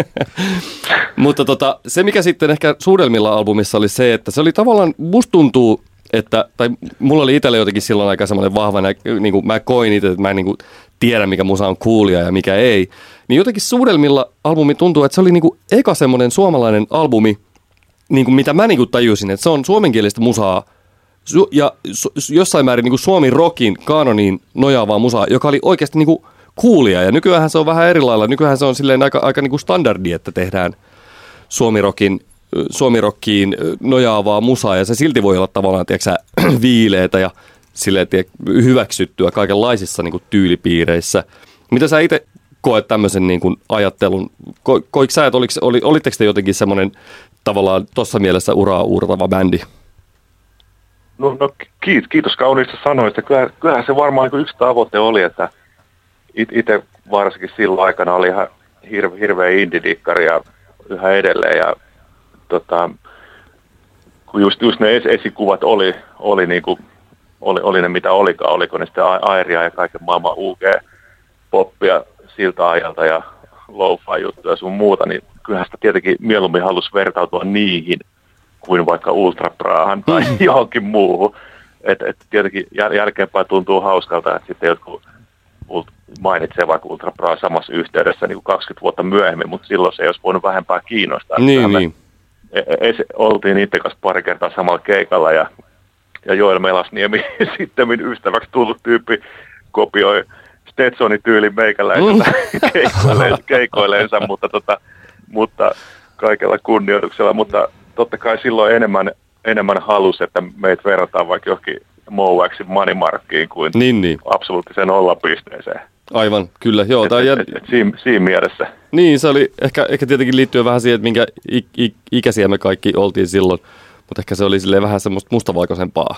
Mutta tota, se, mikä sitten ehkä Suudelmilla albumissa oli se, että se oli tavallaan, musta tuntuu, että, tai mulla oli itsellä jotenkin silloin aika semmoinen vahva, niin kuin mä koin itse, että mä en niin kuin tiedä, mikä musa on coolia ja mikä ei. Niin jotenkin Suudelmilla albumi tuntuu, että se oli niin kuin eka semmoinen suomalainen albumi, niin kuin mitä mä niin kuin tajusin, että se on suomenkielistä musaa, ja jossain määrin niin kuin Suomi rockin kanoniin nojaavaa musaa, joka oli oikeasti niin kuin coolia. Ja nykyään se on vähän eri lailla. Nykyään se on silleen aika, aika niin kuin standardi, että tehdään Suomi rockin, Suomi rockiin nojaavaa musaa. Ja se silti voi olla tavallaan, tiedätkö, viileitä ja silleen, tiedätkö, hyväksyttyä kaikenlaisissa niin kuin tyylipiireissä. Mitä sä itse koet tämmöisen niin kuin ajattelun? Ko, koiko sä, että oliko, oli, olitteko te jotenkin semmoinen tavallaan tuossa mielessä uraa uurtava bändi? No, no kiitos, kiitos kauniista sanoista. Kyllähän, kyllähän se varmaan niin yksi tavoite oli, että itse varsinkin silloin aikana oli ihan hirve, hirveä indidikkari ja yhä edelleen. Ja, tota, kun just, just ne es- esikuvat oli, oli, niin kuin, oli, oli ne mitä olikaan, oliko ne sitten Airia ja kaiken maailman U G-poppia siltä ajalta ja lo-fi-juttuja ja sun muuta, niin kyllähän sitä tietenkin mieluummin halusi vertautua niihin kuin vaikka Ultrapraahan tai mm. johonkin muuhun. Että et tietenkin jäl- jälkeenpäin tuntuu hauskalta, että sitten jotkut mainitsee vaikka Ultrapraa samassa yhteydessä niin kuin kaksikymmentä vuotta myöhemmin, mutta silloin se ei olisi voinut vähempää kiinnostaa. Niin, niin. Me oltiin itse kanssa pari kertaa samalla keikalla ja, ja Joel Melasniemi sitten ystäväksi tullut tyyppi kopioi Stetsonin tyylin meikäläiseltä keikoileensa, keikoileensa mutta, tota, mutta kaikella kunnioituksella, mutta totta kai silloin enemmän, enemmän halusi, että meitä verrataan vaikka johonkin Mowaxin Manimarkkiin kuin niin, niin. absoluuttiseen nollapisteeseen. Aivan, kyllä. Joo, et, et, et, et, siinä, siinä mielessä. Niin, se oli ehkä, ehkä tietenkin liittyen vähän siihen, että minkä ik, ik, ikäisiä me kaikki oltiin silloin, mutta ehkä se oli silleen vähän semmoista mustavalkoisempaa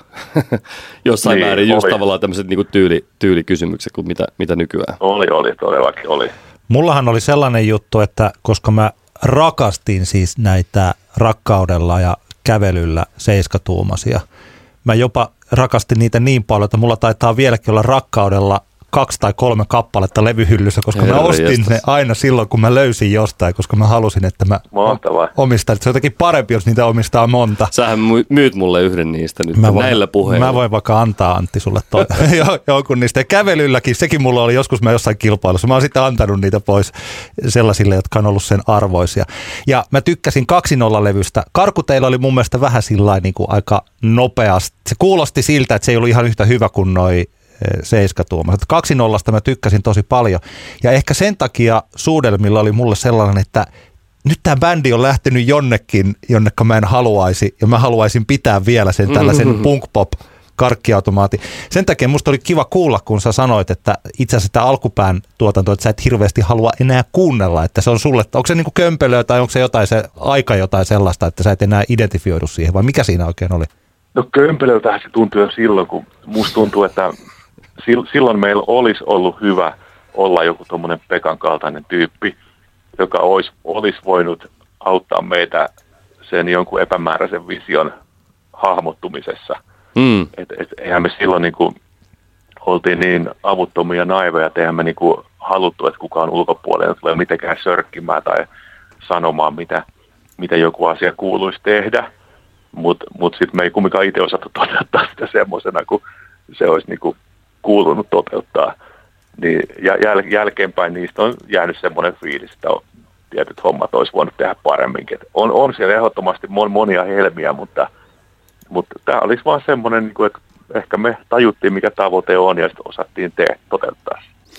jossain niin, määrin, just oli. Tavallaan tämmöiset niinku tyyli, tyylikysymykset kuin mitä, mitä nykyään. Oli, oli, todellakin oli. Mullahan oli sellainen juttu, että koska mä rakastin siis näitä rakkaudella ja kävelyllä seiskatuumaisia, mä jopa rakastin niitä niin paljon, että mulla taitaa vieläkin olla rakkaudella kaksi tai kolme kappaletta levyhyllyssä, koska Herra mä ostin jestas. ne aina silloin, kun mä löysin jostain, koska mä halusin, että mä Mahtavaa. omistan. Se on jotenkin parempi, jos niitä omistaa monta. Sähän myyt mulle yhden niistä nyt mä voin, näillä puheilla. Mä voin vaikka antaa Antti sulle toi, jonkun niistä. Ja kävelylläkin, sekin mulla oli joskus mä jossain kilpailussa. Mä oon sitten antanut niitä pois sellaisille, jotka on ollut sen arvoisia. Ja mä tykkäsin kaksinolla-levystä. Karkuteilla oli mun mielestä vähän sillain niin kuin aika nopeasti. Se kuulosti siltä, että se ei ollut ihan yhtä hyvä kuin noi seiskatuomassa. Kaksi nollasta mä tykkäsin tosi paljon. Ja ehkä sen takia Suudelmilla oli mulle sellainen, että nyt tämä bändi on lähtenyt jonnekin, jonnekka mä en haluaisi, ja mä haluaisin pitää vielä sen tällaisen mm-hmm. punk-pop karkkiautomaatin. Sen takia musta oli kiva kuulla, kun sä sanoit, että itse asiassa tämä alkupään tuotanto, että sä et hirveästi halua enää kuunnella, että se on sulle, onko se niinku kömpelöä tai onko se jotain se aika jotain sellaista, että sä et enää identifioidu siihen, vai mikä siinä oikein oli? No kömpelöltähän se tuntui jo silloin, kun musta tuntuu, että silloin meillä olisi ollut hyvä olla joku tuommoinen Pekan kaltainen tyyppi, joka olisi, olisi voinut auttaa meitä sen jonkun epämääräisen vision hahmottumisessa. Mm. Et, et, eihän me silloin niin kuin, oltiin niin avuttomia naiveja, että eihän me niin kuin, haluttu, että kukaan ulkopuolella tulee mitenkään sörkkimään tai sanomaan, mitä, mitä joku asia kuuluisi tehdä. Mutta mut sitten me ei kumminkaan itse osattu toteuttaa sitä semmoisena, kun se olisi niin kuin, kuulunut toteuttaa, niin jäl- jälkeenpäin niistä on jäänyt semmoinen fiilis, että on, tietyt hommat olisi voinut tehdä paremminkin. On, on siellä ehdottomasti mon, monia helmiä, mutta, mutta tämä olisi vaan semmoinen, että ehkä me tajuttiin, mikä tavoite on, ja sitten osattiin tehdä, toteuttaa.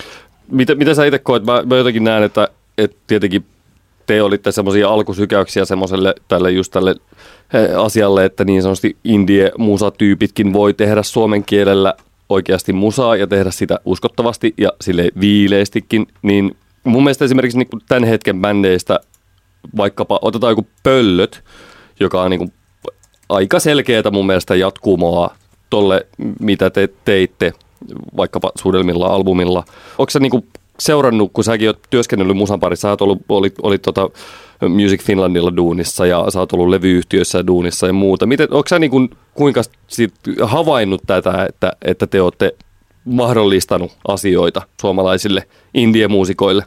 Mitä, mitä sä itse koet? Mä, mä jotenkin näen, että, että tietenkin te olitte semmoisia alkusykäyksiä semmoiselle tälle just tälle asialle, että niin sanotusti indie-musatyypitkin voi tehdä suomen kielellä oikeasti musaa ja tehdä sitä uskottavasti ja sille viileestikin, niin mun mielestä esimerkiksi niin tämän hetken bändeistä vaikkapa otetaan joku Pöllöt, joka on niin kuin aika selkeätä mun mielestä jatkumoa tolle, mitä te teitte vaikkapa Suudelmilla albumilla. Onko sä niin kuin seurannut, kun säkin oot työskennellyt musan parissa, sä oot ollut, olit, olit tota Music Finlandilla duunissa ja sä oot ollut levyyhtiöissä duunissa ja muuta. Miten, onko sä niin kuin, kuinka sit havainnut tätä, että, että te olette mahdollistanut asioita suomalaisille indie-muusikoille?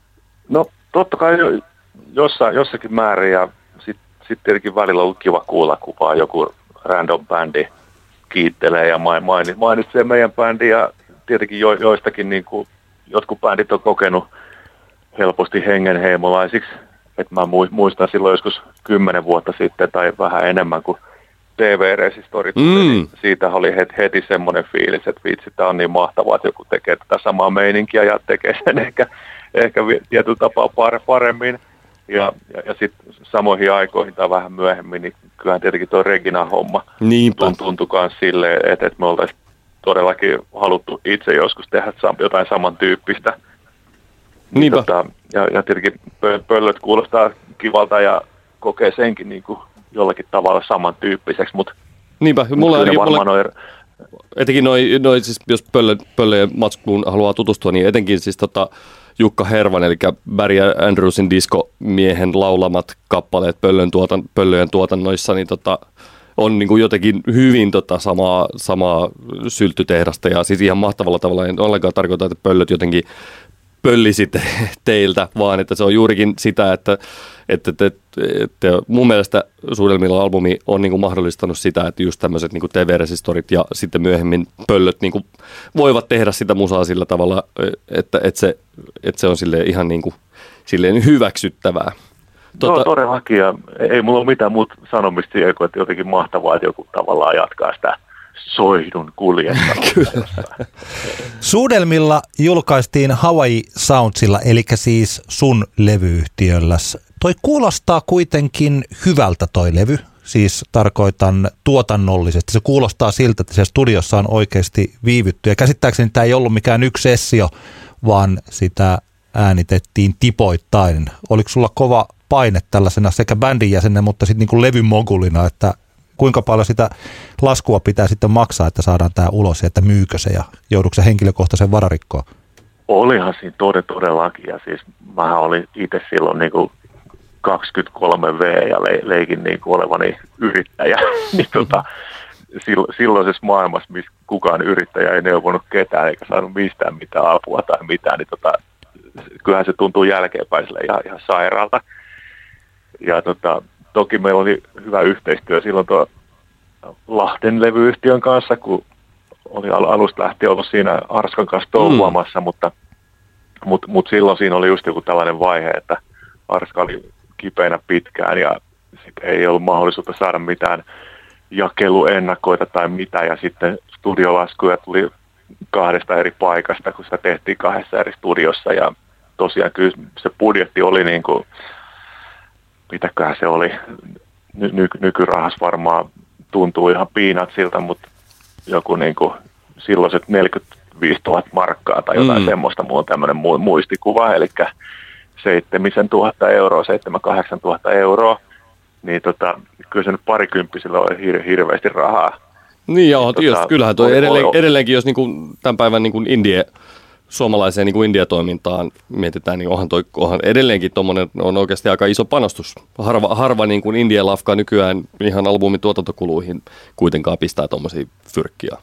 No totta kai jossain, jossakin määrin ja sitten sit tietenkin välillä on ollut kiva kuulla, kun vaan joku random bändi kiittelee ja mainitsee meidän bändi ja tietenkin jo, joistakin niin kuin jotkut bändit on kokenut helposti hengenheimolaisiksi. että mä muistan silloin joskus kymmenen vuotta sitten tai vähän enemmän, kun T V-resistori tuli, mm. niin siitä oli heti, heti semmoinen fiilis, että vitsi, tämä on niin mahtavaa, että joku tekee tätä samaa meininkiä ja tekee sen ehkä, ehkä tietyllä tapaa paremmin. Ja, ja, ja sitten samoihin aikoihin tai vähän myöhemmin, niin kyllähän tietenkin tuo Regina-homma tuntui myös silleen, että, että me oltaisiin todellakin haluttu itse joskus tehdä jotain samantyyppistä. Niinpä. Tota, ja, ja tietenkin pöllöt kuulostaa kivalta ja kokee senkin niin kuin jollakin tavalla samantyyppiseksi, mutta niinpä, mulla kyllä varmaan mulla... noin... Etenkin noi, noi siis jos pöllö, pöllöjen matskuun haluaa tutustua, niin etenkin siis tota Jukka Hervan, eli Barry Andrewsin diskomiehen laulamat kappaleet pöllön tuotan, pöllöjen tuotannoissa, niin tota, on niin kuin jotenkin hyvin tota samaa, samaa sylttytehdasta ja siis ihan mahtavalla tavalla. En ollenkaan tarkoita, että pöllöt jotenkin pöllisi teiltä, vaan että se on juurikin sitä, että, että, että, että mun mielestä Suudelmilla-albumi on niin kuin mahdollistanut sitä, että just tämmöiset niin kuin T V-resistorit ja sitten myöhemmin pöllöt niin kuin voivat tehdä sitä musaa sillä tavalla, että, että, se, että se on silleen ihan niin kuin, silleen hyväksyttävää. Tuota, no todellakin, ja ei mulla ole mitään muuta sanomista siihen, että jotenkin mahtavaa, että joku tavallaan jatkaa sitä soihdun kuljettamista. Suudelmilla julkaistiin Hawaii Soundsilla, eli siis sun levyyhtiölläs. Toi kuulostaa kuitenkin hyvältä toi levy, siis tarkoitan tuotannollisesti. Se kuulostaa siltä, että siellä studiossa on oikeasti viivytty. Ja käsittääkseni tämä ei ollut mikään yksi sessio, vaan sitä äänitettiin tipoittain. Oliko sulla kova paine tällaisena sekä bändin jäsenenä, mutta sitten niin kuin levymogulina, että kuinka paljon sitä laskua pitää sitten maksaa, että saadaan tämä ulos ja että myykö se ja joudutko se henkilökohtaisen vararikkoon? Olihan siinä todella, todellakin, ja siis mähän olin itse silloin niin kuin kaksikymmentäkolme vuotias ja le- leikin niin kuin olevani yrittäjä, niin tota, silloisessa maailmassa, missä kukaan yrittäjä ei neuvonut ketään eikä saanut mistään mitään apua tai mitään, niin tota, kyllähän se tuntuu jälkeenpäin ihan, ihan sairaalta. Ja tota, toki meillä oli hyvä yhteistyö silloin tuo Lahden levyyhtiön kanssa, kun oli alusta lähtien ollut siinä Arskan kanssa touhuamassa, mm. mutta mut, mut silloin siinä oli just joku tällainen vaihe, että Arska oli kipeänä pitkään ja ei ollut mahdollisuutta saada mitään jakeluennakoita tai mitä, ja sitten studiolaskuja tuli kahdesta eri paikasta, kun sitä tehtiin kahdessa eri studiossa, ja tosiaan kyllä se budjetti oli niin kuin, mitäköhän se oli, ny- ny- nykyrahas varmaan tuntuu ihan peanutsilta, mutta joku niin kuin silloiset neljäkymmentäviisituhatta markkaa tai jotain mm. semmoista, mulla on tämmöinen mu- muistikuva, eli seitsemäntuhatta euroa, seitsemän kahdeksan tuhatta euroa, niin tota, kyllä se nyt parikymppisillä on hir- hirveästi rahaa. Niin joo, niin, tota, kyllähän tuo edelleen, edelleenkin, jos niin kuin tämän päivän niin kuin indie, suomalaiseen niin kuin indie-toimintaan mietitään, niin onhan, toi, onhan edelleenkin tuommoinen on oikeasti aika iso panostus. Harva, harva niin kuin indie-lafka nykyään ihan albumin tuotantokuluihin kuitenkaan pistää tuommoisia fyrkkiä.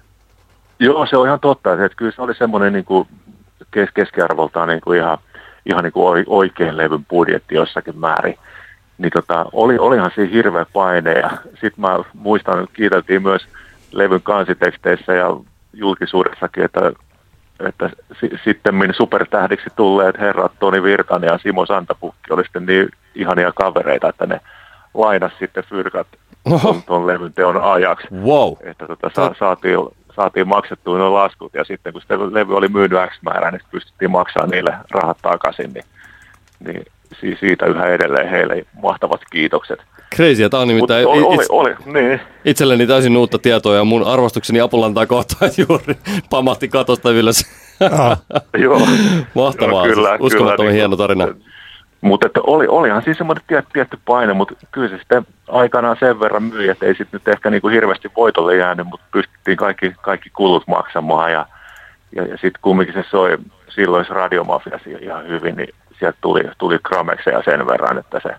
Joo, se on ihan totta, että kyllä se oli semmoinen niin kuin kes- keskiarvoltaan niin kuin ihan, ihan niin kuin oikein levyn budjetti jossakin määrin. Niin tota, oli, olihan siinä hirveä paine, ja sitten mä muistan, että kiiteltiin myös levyn kansiteksteissä ja julkisuudessakin, että, että s- sitten supertähdiksi tulleet herrat Toni Virtanen ja Simo Santapukki oli sitten niin ihania kavereita, että ne lainas sitten fyrkat ton, ton levyn teon ajaksi. Wow. Että tota, sa- saatiin, saatiin maksettua nuo laskut, ja sitten kun sitten levy oli myynyt X määrää, niin pystyttiin maksamaan niille rahat takaisin, niin, niin siitä yhä edelleen heille mahtavat kiitokset. Crazy, tämä on nimittäin oli, itse, oli, oli, niin. itselleni täysin uutta tietoa ja mun arvostukseni Apulantaa kohtaan juuri pamahti katosta ylös. Ah. Joo. Mahtavaa, no, kyllä, uskomattoman kyllä, hieno tarina. Mutta oli, olihan siis semmoinen tietty, tietty paine, mutta kyllä se sitten aikanaan sen verran myi, että ei sitten nyt ehkä niin kuin hirveästi voitolle jäänyt, mutta pystyttiin kaikki, kaikki kulut maksamaan, ja, ja, ja sitten kumminkin se soi silloin radiomafiassa ihan hyvin, niin sieltä tuli, tuli Gramexeja sen verran, että se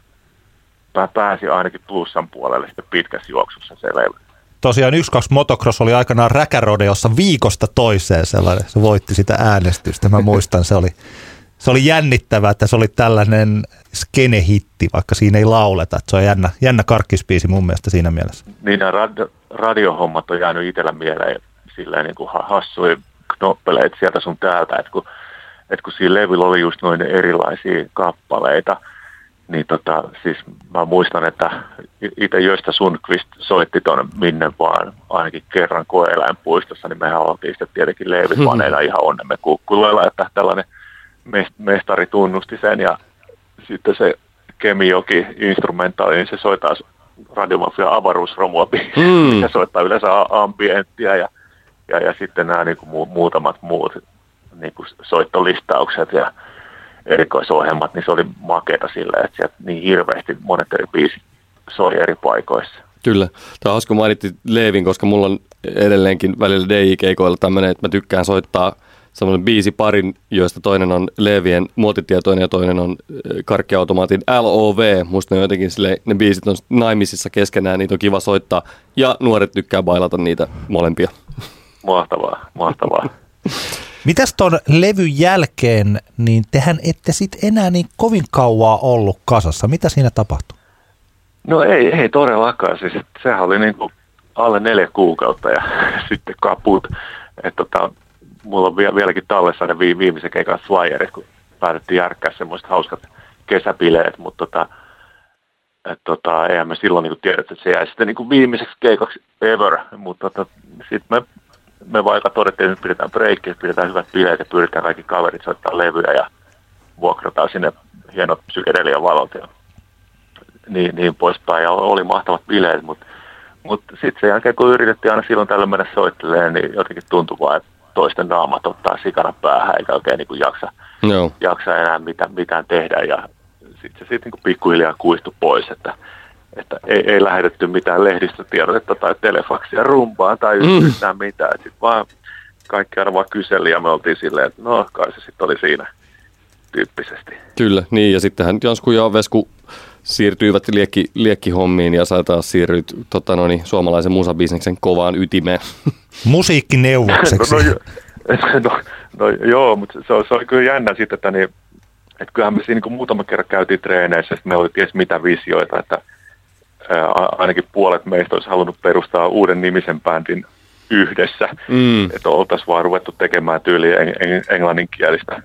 pääsi ainakin plussan puolelle sitten pitkässä juoksussa se levy. Tosiaan yksi kaksi Motocross oli aikanaan räkärodeossa viikosta toiseen sellainen. Se voitti sitä äänestystä. Mä muistan, se oli, se oli jännittävää, että se oli tällainen skene-hitti, vaikka siinä ei lauleta. Että se on jännä, jännä karkkispiisi mun mielestä siinä mielessä. Niin nämä radio, radiohommat on jäänyt itsellä mieleen silleen niin kuin hassui knoppeleita sieltä sun täältä, että kun että kun siinä levyllä oli just noin erilaisia kappaleita, niin tota, siis mä muistan, että itse Gösta Sundqvist soitti ton Minne vaan ainakin kerran koe-eläinpuistossa, niin mehän oltiin sitten tietenkin levypaneina ihan onnemme kukkuloilla, että tällainen mestari tunnusti sen, ja sitten se Kemijoki instrumentaali, niin se soi taas Radiomafia avaruusromua, mm. se soittaa yleensä ambienttia, ja, ja, ja sitten nämä niin kuin mu- muutamat muut niin kuin soittolistaukset ja erikoisohjelmat, niin se oli makeata silleen, että sieltä niin hirveästi monet eri biisit soi eri paikoissa. Kyllä. Tämä on hauska, kun mainittiin Leevin, koska mulla on edelleenkin välillä D J-keikoilla tämmöinen, että mä tykkään soittaa semmoinen biisiparin, joista toinen on Leevien Muotitietoinen ja toinen on Karkkiautomaatin L O V. Musta ne jotenkin sille, ne biisit on naimisissa keskenään, niitä on kiva soittaa ja nuoret tykkää bailata niitä molempia. Mahtavaa, mahtavaa. Mitäs ton levyn jälkeen, niin tehän ette sit enää niin kovin kauaa ollut kasassa. Mitä siinä tapahtui? No ei, ei todellakaan. Siis, sehän oli niin kuin alle neljä kuukautta ja sitten kaput. Että tota, mulla on vieläkin tallessa ne viimeisen keikan flyerit, kun päätettiin järkkää semmoiset hauskat kesäbileet, mutta tota, et tota, eihän me silloin niin tiedetty, että se jäi sitten niin viimeiseksi keikaksi ever, mutta tota, sitten me, me vaikka todettiin, että nyt pidetään breikkiä, pidetään hyvät bileet ja pyydetään kaikki kaverit soittaa levyjä ja vuokrataan sinne hienot psykedelian valot ja niin, niin poispäin. Ja oli mahtavat bileet, mutta mut sitten sen jälkeen, kun yritettiin aina silloin tällöin mennä soittelemaan, niin jotenkin tuntui vaan, että toisten naamat ottaa sikana päähän eikä oikein niin kuin jaksa, no. jaksa enää mitään, mitään tehdä. Ja sitten se sitten niin pikkuhiljaa kuistui pois, että, että ei, ei lähetetty mitään lehdistötiedotetta tai telefaksia rumpaan tai mm. yhtään mitään. Sitten vaan kaikki aina vaan kyseli ja me oltiin silleen, että no kai se sitten oli siinä tyyppisesti. Kyllä, niin ja sittenhän Jansku ja Vesku siirtyivät liekki, liekkihommiin ja sä taas siirryit tota, no niin, suomalaisen musabisneksen kovaan ytimeen. Musiikkineuvokseksi. No, no, no, no joo, mutta se, se oli kyllä jännä sitten, että, niin, että kyllähän me siinä niin muutama kerran käytiin treeneissä, ja meillä oli ties mitä visioita, että ää, ainakin puolet meistä olisi halunnut perustaa uuden nimisen bändin yhdessä, mm. että oltaisiin vaan ruvettu tekemään tyyliä eng, eng, englanninkielistä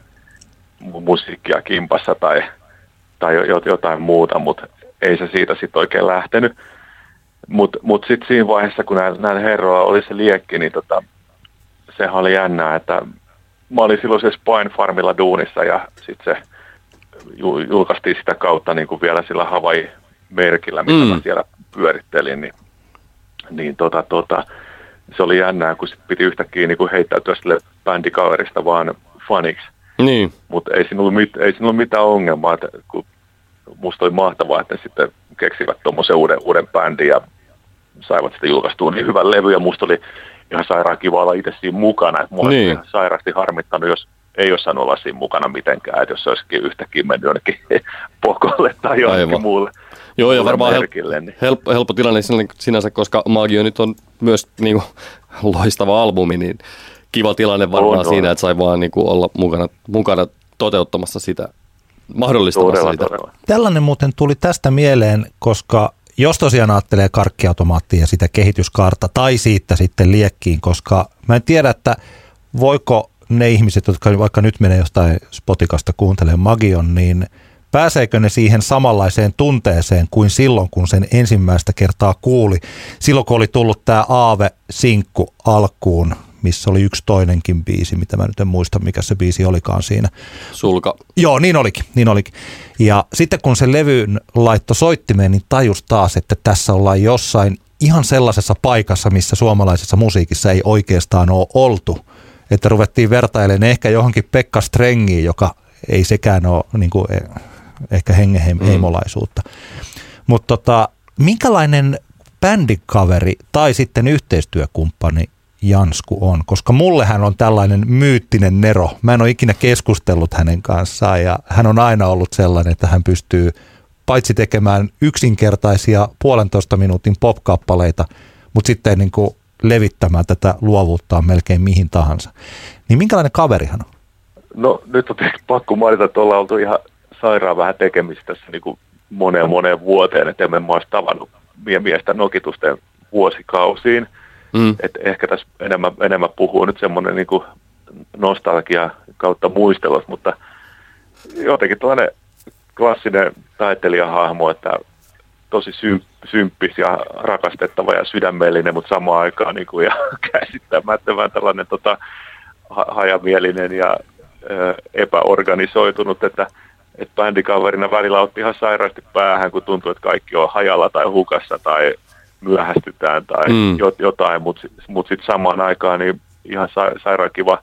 musiikkia kimpassa tai tai jotain muuta, mutta ei se siitä sitten oikein lähtenyt. Mutta mut sitten siinä vaiheessa, kun näillä herroilla oli se liekki, niin tota, sehän oli jännää, että mä olin silloin se Spine Farmilla duunissa ja sitten se julkaistiin sitä kautta niin kuin vielä sillä Hawaii-merkillä, mitä mm. mä siellä pyörittelin, niin, niin tota, tota, se oli jännää, kun sit piti yhtäkkiä niin kuin heittäytyä sille bändikaverista vaan faniksi. Niin. Mutta ei siinä ollut, mit, ei siinä ollut mitään ongelmaa, että kun musta oli mahtavaa, että ne sitten keksivät tuommoisen uuden, uuden bändin ja saivat sitten julkaistua niin hyvän levy ja musta oli ihan sairaan kiva olla itse siinä mukana, että mulla niin. olisi ihan sairaasti harmittanut, jos ei olisi saanut olla siinä mukana mitenkään, että jos se olisikin yhtäkkiä mennyt jonnekin pokolle tai jonnekin muulle. Joo, ja varmaan merkille, help, niin. helppo, helppo tilanne sinänsä, koska Magio nyt on myös niin kuin, loistava albumi, niin kiva tilanne varmaan on, siinä, on. Että sai vaan niin kuin, olla mukana, mukana toteuttamassa sitä, mahdollistamassa todella, sitä. Todella. Tällainen muuten tuli tästä mieleen, koska jos tosiaan ajattelee Karkkiautomaattia ja sitä kehityskaarta tai siitä sitten liekkiin, koska mä en tiedä, että voiko ne ihmiset, jotka vaikka nyt menee jostain Spotikasta kuuntelemaan Magion, niin pääseekö ne siihen samanlaiseen tunteeseen kuin silloin, kun sen ensimmäistä kertaa kuuli? Silloin, kun oli tullut tämä Aave-sinkku alkuun, missä oli yksi toinenkin biisi, mitä mä nyt en muista, mikä se biisi olikaan siinä. Sulka. Joo, niin olikin, niin olikin. Ja sitten kun se levyn laitto soittimeen, niin tajus taas, että tässä ollaan jossain ihan sellaisessa paikassa, missä suomalaisessa musiikissa ei oikeastaan ole oltu. Että ruvettiin vertailemaan ehkä johonkin Pekka Strengiin, joka ei sekään ole niin kuin, ehkä hengenheimolaisuutta. Mm. Mutta tota, minkälainen bändikaveri tai sitten yhteistyökumppani Jansku on? Koska mulle hän on tällainen myyttinen nero. Mä en ole ikinä keskustellut hänen kanssaan ja hän on aina ollut sellainen, että hän pystyy paitsi tekemään yksinkertaisia puolentoista minuutin pop-kappaleita, mutta sitten niin kuin levittämään tätä luovuuttaan melkein mihin tahansa. Niin minkälainen kaveri hän on? No nyt on pakko mainita, että ollaan oltu ihan sairaan vähän tekemistä tässä niin kuin moneen moneen vuoteen, että emme mä olisi tavannut miestä nokitusten vuosikausiin. Mm. Että ehkä tässä enemmän, enemmän puhuu nyt semmoinen niin kuin nostalgia kautta muistelut, mutta jotenkin tällainen klassinen taiteilijahahmo, että tosi sy- symppis ja rakastettava ja sydämellinen, mutta samaan aikaan niin kuin, ja käsittämättömän tällainen tota, ha- hajamielinen ja ö, epäorganisoitunut, että et bändikaverina välillä otti ihan sairaasti päähän, kun tuntuu, että kaikki on hajalla tai hukassa tai myöhästytään tai mm. jotain, mutta mut sitten samaan aikaan niin ihan sa- sairaan kiva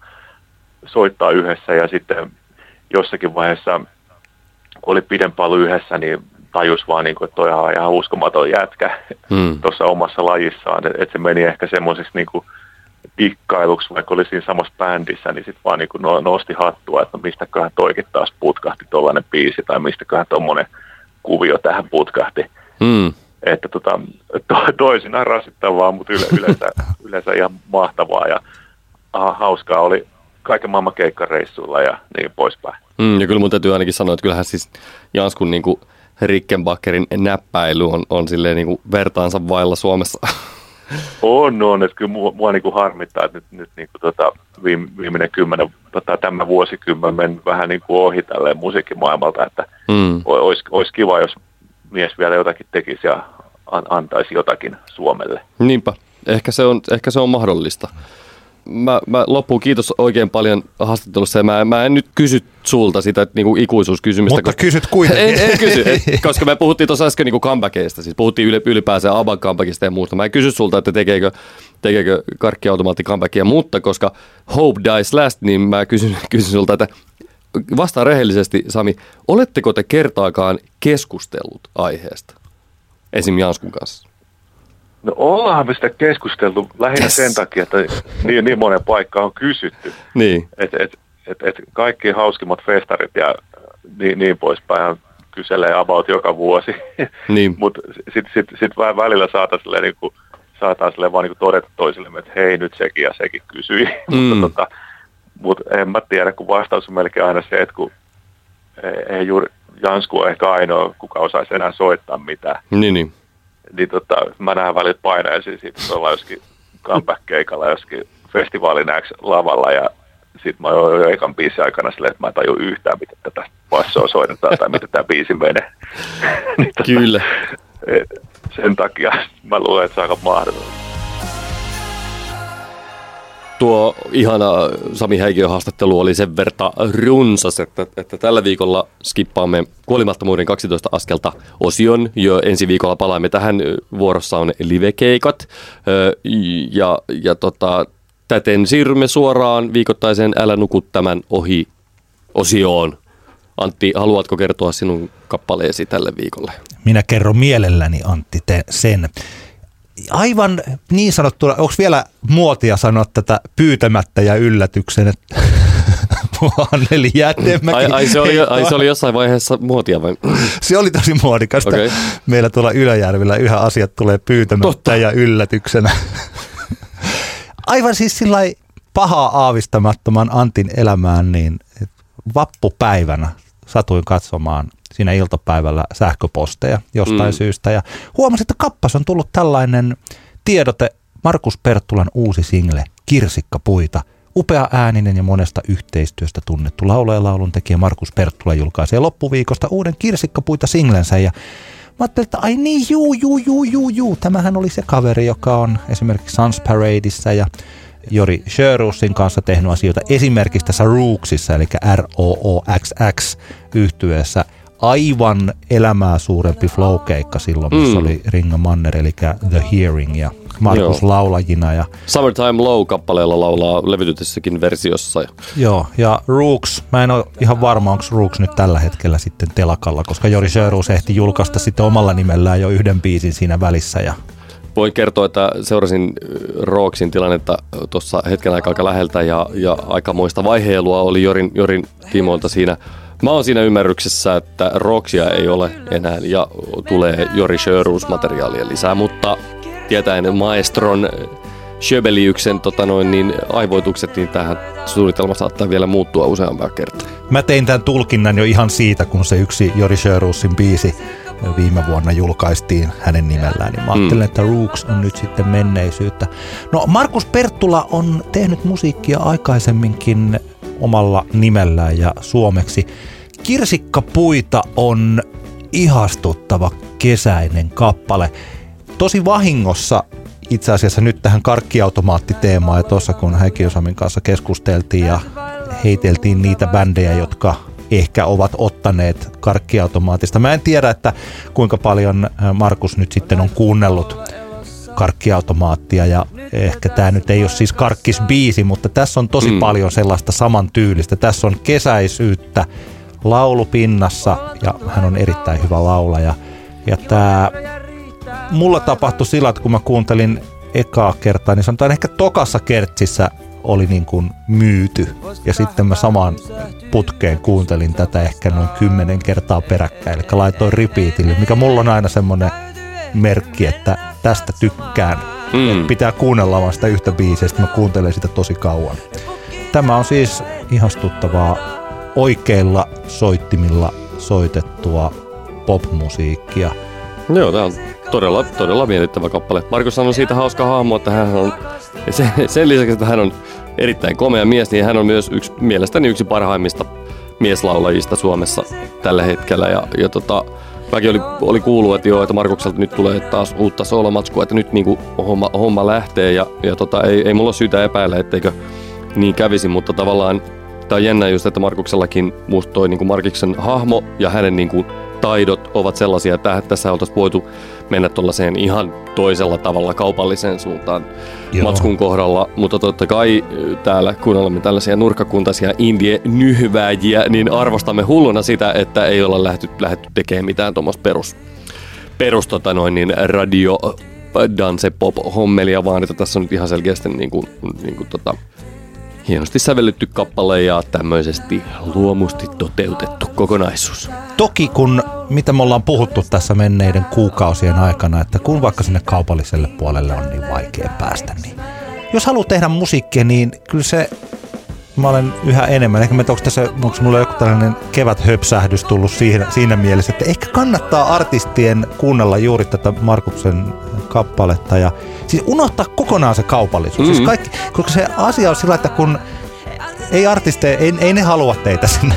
soittaa yhdessä ja sitten jossakin vaiheessa, kun oli pidempään ollut yhdessä, niin tajus vaan, niin kuin, että toi on ihan uskomaton jätkä mm. tuossa omassa lajissaan, että et se meni ehkä semmoiseksi niin kuin dikkailuksi, vaikka oli siinä samassa bändissä, niin sitten vaan niin kuin nosti hattua, että mistäköhän toikin taas putkahti tollainen biisi, tai mistäköhän tommonen kuvio tähän putkahti. Mm. Että tota, to, toisinaan rasittavaa, mutta yle, yleensä, yleensä ihan mahtavaa ja aha, hauskaa oli kaiken maailman keikkareissuilla ja niin poispäin. Mm, ja kyllä mun täytyy ainakin sanoa, että kyllähän siis Janskun niin kuin Rickenbackerin näppäily on, on silleen niin kuin vertaansa vailla Suomessa. On, on. Että kyllä mua, mua niin kuin harmittaa, että nyt, nyt niin kuin tota, viime, viimeinen kymmenen, tota, tämä vuosikymmen meni vähän niin kuin ohi tälleen musiikkimaailmalta, että mm. olisi, olisi kiva, jos mies vielä jotakin tekisi ja an, antaisi jotakin Suomelle. Niinpä. Ehkä se on, ehkä se on mahdollista. Mä, mä loppuun kiitos oikein paljon haastattelussa ja mä, mä en nyt kysy sulta sitä niinku ikuisuuskysymystä. Mutta koska, kysyt kuitenkin. En, en kysy, et, koska me puhuttiin tuossa äsken niinku comebackeista, siis puhuttiin ylipäänsä ABBAn comebackista ja muusta. Mä en kysy sulta, että tekeekö, tekeekö Karkkiautomaatti comebackia, mutta koska Hope Dies Last, niin mä kysyn, kysyn sulta, että vastaan rehellisesti, Sami, oletteko te kertaakaan keskustellut aiheesta esim. Janskun kanssa? No ollaanhan me sitä keskusteltu lähinnä yes. sen takia, että niin, niin monen paikkaan on kysytty. Niin. Että et, et, et kaikki hauskimmat festarit ja niin, niin poispäin kyselee about joka vuosi. Niin. Mutta sitten sit, sit vähän välillä saatan silleen, niin kuin, saatan silleen vaan niin kuin todeta toisille, että hei nyt sekin ja sekin kysyi. Mm. mutta, tota, mutta en mä tiedä, kun vastaus on melkein aina se, että kun ei juuri Jansku on ehkä ainoa, kuka osaisi enää soittaa mitään. Niin, niin. Niin tota, mä näen välillä painajaisia siitä, että ollaan joskin comeback-keikalla, joskin festivaalin lavalla ja sit mä oon jo ekan biisin aikana silleen, että mä en taju yhtään, miten tätä bassoa soitetaan tai miten tää biisi menee. niin tota, Kyllä. Sen takia mä luulen, että se on aika mahdollista. Tuo ihana Sami Häikiön haastattelu oli sen verta runsas, että, että tällä viikolla skippaamme Kuolimattomuuden kaksitoista askelta osion. Jo ensi viikolla palaamme tähän. Vuorossa on livekeikat ja, ja tota, täten siirrymme suoraan viikoittaiseen Älä nuku tämän ohi osioon. Antti, haluatko kertoa sinun kappaleesi tälle viikolle? Minä kerron mielelläni, Antti, te sen. Aivan niin sanottuna, onko vielä muotia sanoa tätä pyytämättä ja yllätyksen, että Anneli Jäätteenmäki. Ai, ai, se oli, ai se oli jossain vaiheessa muotia vai? Se oli tosi muodikasta. Okay. Meillä tuolla Ylöjärvillä yhä asiat tulee pyytämättä Totta. ja yllätyksenä. Aivan siis sillai pahaa aavistamattoman Antin elämään, niin vappupäivänä satuin katsomaan siinä iltapäivällä sähköposteja jostain mm. syystä ja huomasin, että kappas on tullut tällainen tiedote, Markus Perttulan uusi single Kirsikkapuita. Upea ääninen ja monesta yhteistyöstä tunnettu laulaja ja lauluntekijä Markus Perttula julkaisee loppuviikosta uuden Kirsikkapuita-singlensä ja mä ajattelin, että ai niin, juu, juu, juu, juu, juu. Tämähän oli se kaveri, joka on esimerkiksi Suns Paradeissa ja Jori Sjöruusin kanssa tehnyt asioita esimerkiksi tässä Rooksissa, eli R O O X X -yhtyeessä. Aivan elämää suurempi flow-keikka silloin, missä mm. oli Ringa Manner, eli The Hearing ja Markus Joo. laulajina. Ja Summertime Low-kappaleella laulaa levytytessäkin versiossa. Joo, ja Rooks, mä en ole ihan varma, onko Rooks nyt tällä hetkellä sitten telakalla, koska Jori Sjöruus ehti julkaista sitten omalla nimellään jo yhden biisin siinä välissä. Ja voin kertoa, että seurasin Rooksin tilannetta tuossa hetken aikaa aika läheltä ja, ja aikamoista vaiheilua oli Jorin, Jorin tiimoilta siinä. Mä oon siinä ymmärryksessä, että Rooksia ei ole enää ja tulee Jori Sjöruus-materiaalia lisää, mutta tietäen maestron Sjöbeliuksen tota noin, niin aivoitukset, niin tähän suunnitelma saattaa vielä muuttua useampaa kertaa. Mä tein tämän tulkinnan jo ihan siitä, kun se yksi Jori Sjöruusin biisi viime vuonna julkaistiin hänen nimellään, niin mä ajattelin, mm. että Rooks on nyt sitten menneisyyttä. No Markus Perttula on tehnyt musiikkia aikaisemminkin omalla nimellään ja suomeksi. Kirsikkapuita on ihastuttava kesäinen kappale. Tosi vahingossa itse asiassa nyt tähän karkkiautomaattiteemaan ja tuossa kun Häikiö Samin kanssa keskusteltiin ja heiteltiin niitä bändejä, jotka ehkä ovat ottaneet karkkiautomaatista. Mä en tiedä, että kuinka paljon Markus nyt sitten on kuunnellut karkkiautomaattia ja ehkä tämä nyt ei ole siis karkkisbiisi, mutta tässä on tosi mm. paljon sellaista samantyylistä. Tässä on kesäisyyttä laulupinnassa ja hän on erittäin hyvä laulaja. Ja tämä mulla tapahtui sillä, että kun mä kuuntelin ekaa kertaa, niin sanotaan ehkä tokassa kertsissä oli niin kuin myyty. Ja sitten mä samaan putkeen kuuntelin tätä ehkä noin kymmenen kertaa peräkkäin. Eli laitoin repeatille, mikä mulla on aina semmoinen merkki, että tästä tykkään. Mm. Pitää kuunnella vaan sitä yhtä biisistä, mä kuuntelen sitä tosi kauan. Tämä on siis ihastuttavaa oikeilla soittimilla soitettua popmusiikkia. Joo, tämä on todella, todella miellyttävä kappale. Markus on siitä hauska hahmo, että hän on, sen, sen lisäksi, että hän on erittäin komea mies, niin hän on myös yksi, mielestäni yksi parhaimmista mieslaulajista Suomessa tällä hetkellä. Ja, ja tota, mäkin oli, oli kuullut, että, joo, että Markukselta nyt tulee taas uutta soolomatskua, että nyt niinku homma, homma lähtee. Ja, ja tota, ei, ei mulla ole syytä epäillä, etteikö niin kävisi, mutta tavallaan tämä on jännä just, että Markuksellakin musta toi niin kuin Markiksen hahmo ja hänen niin kuin taidot ovat sellaisia, että tässä oltaisiin voitu mennä tuollaiseen ihan toisella tavalla kaupalliseen suuntaan Joo. matskun kohdalla. Mutta totta kai täällä, kun olemme tällaisia nurkkakuntaisia indie-nyhvääjiä, niin arvostamme hulluna sitä, että ei olla lähdetty, lähdetty tekemään mitään tuommoista perus, perus tota noin, niin radio, dance, pop, hommelia, vaan että tässä on nyt ihan selkeästi niin kuin, niin kuin tota, hienosti sävellytty kappale ja tämmöisesti luomusti toteutettu kokonaisuus. Toki kun, mitä me ollaan puhuttu tässä menneiden kuukausien aikana, että kun vaikka sinne kaupalliselle puolelle on niin vaikea päästä, niin jos haluaa tehdä musiikkia, niin kyllä se, mä olen yhä enemmän, ehkä onko tässä, onko mulla joku tällainen keväthöpsähdys tullut siinä, siinä mielessä, että ehkä kannattaa artistien kuunnella juuri tätä Markuksen kappaletta ja siis unohtaa kokonaan se kaupallisuus. Mm-hmm. Siis kaikki, koska se asia on sillä, että kun ei artisteja, ei, ei ne halua teitä sinne.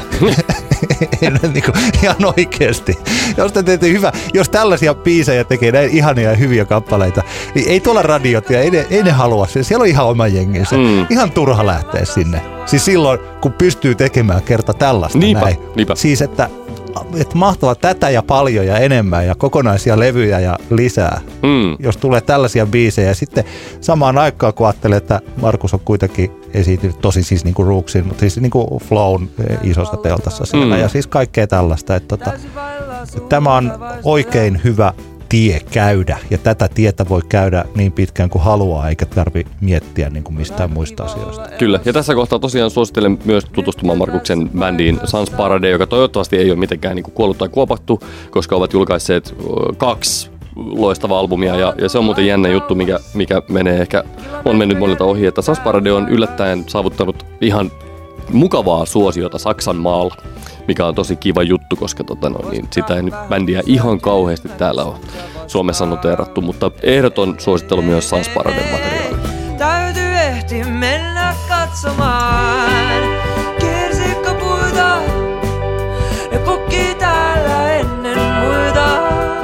niin kuin, ihan oikeasti. Jos te teette hyvä, jos tällaisia biisejä tekee näin ihania ja hyviä kappaleita, niin ei tuolla radiot ja ei ne, ei ne halua. Siellä on ihan oma jenginsä. Mm. Ihan turha lähteä sinne. Siis silloin, kun pystyy tekemään kerta tällaista niipä, näin. Niipä. Siis, että, että mahtavaa tätä ja paljon ja enemmän ja kokonaisia levyjä ja lisää. Mm. Jos tulee tällaisia biisejä ja sitten samaan aikaan, kun ajattelee, että Markus on kuitenkin esiintynyt tosi siis niinku Rooksin, mutta siis niinku Flown isossa teltassa siellä mm. ja siis kaikkea tällaista. Että, että, että tämä on oikein hyvä tie käydä ja tätä tietä voi käydä niin pitkään kuin haluaa eikä tarvitse miettiä niin kuin mistään muista asioista. Kyllä ja tässä kohtaa tosiaan suosittelen myös tutustumaan Markuksen bändiin Sans Parade, joka toivottavasti ei ole mitenkään niin kuin kuollut tai kuopattu, koska ovat julkaisseet kaksi loistavaa albumia ja, ja se on muuten jännä juttu, mikä, mikä menee ehkä, on mennyt monilta ohi, että Sans Parade on yllättäen saavuttanut ihan mukavaa suosiota Saksan maalla, mikä on tosi kiva juttu, koska tota no, niin sitä ei nyt bändiä ihan kauheasti täällä ole Suomessa noteerattu, mutta ehdoton suosittelu myös Sans Paraden materiaali. Täytyy ehti mennä katsomaan kirsikkapuita ja kukki täällä ennen muita.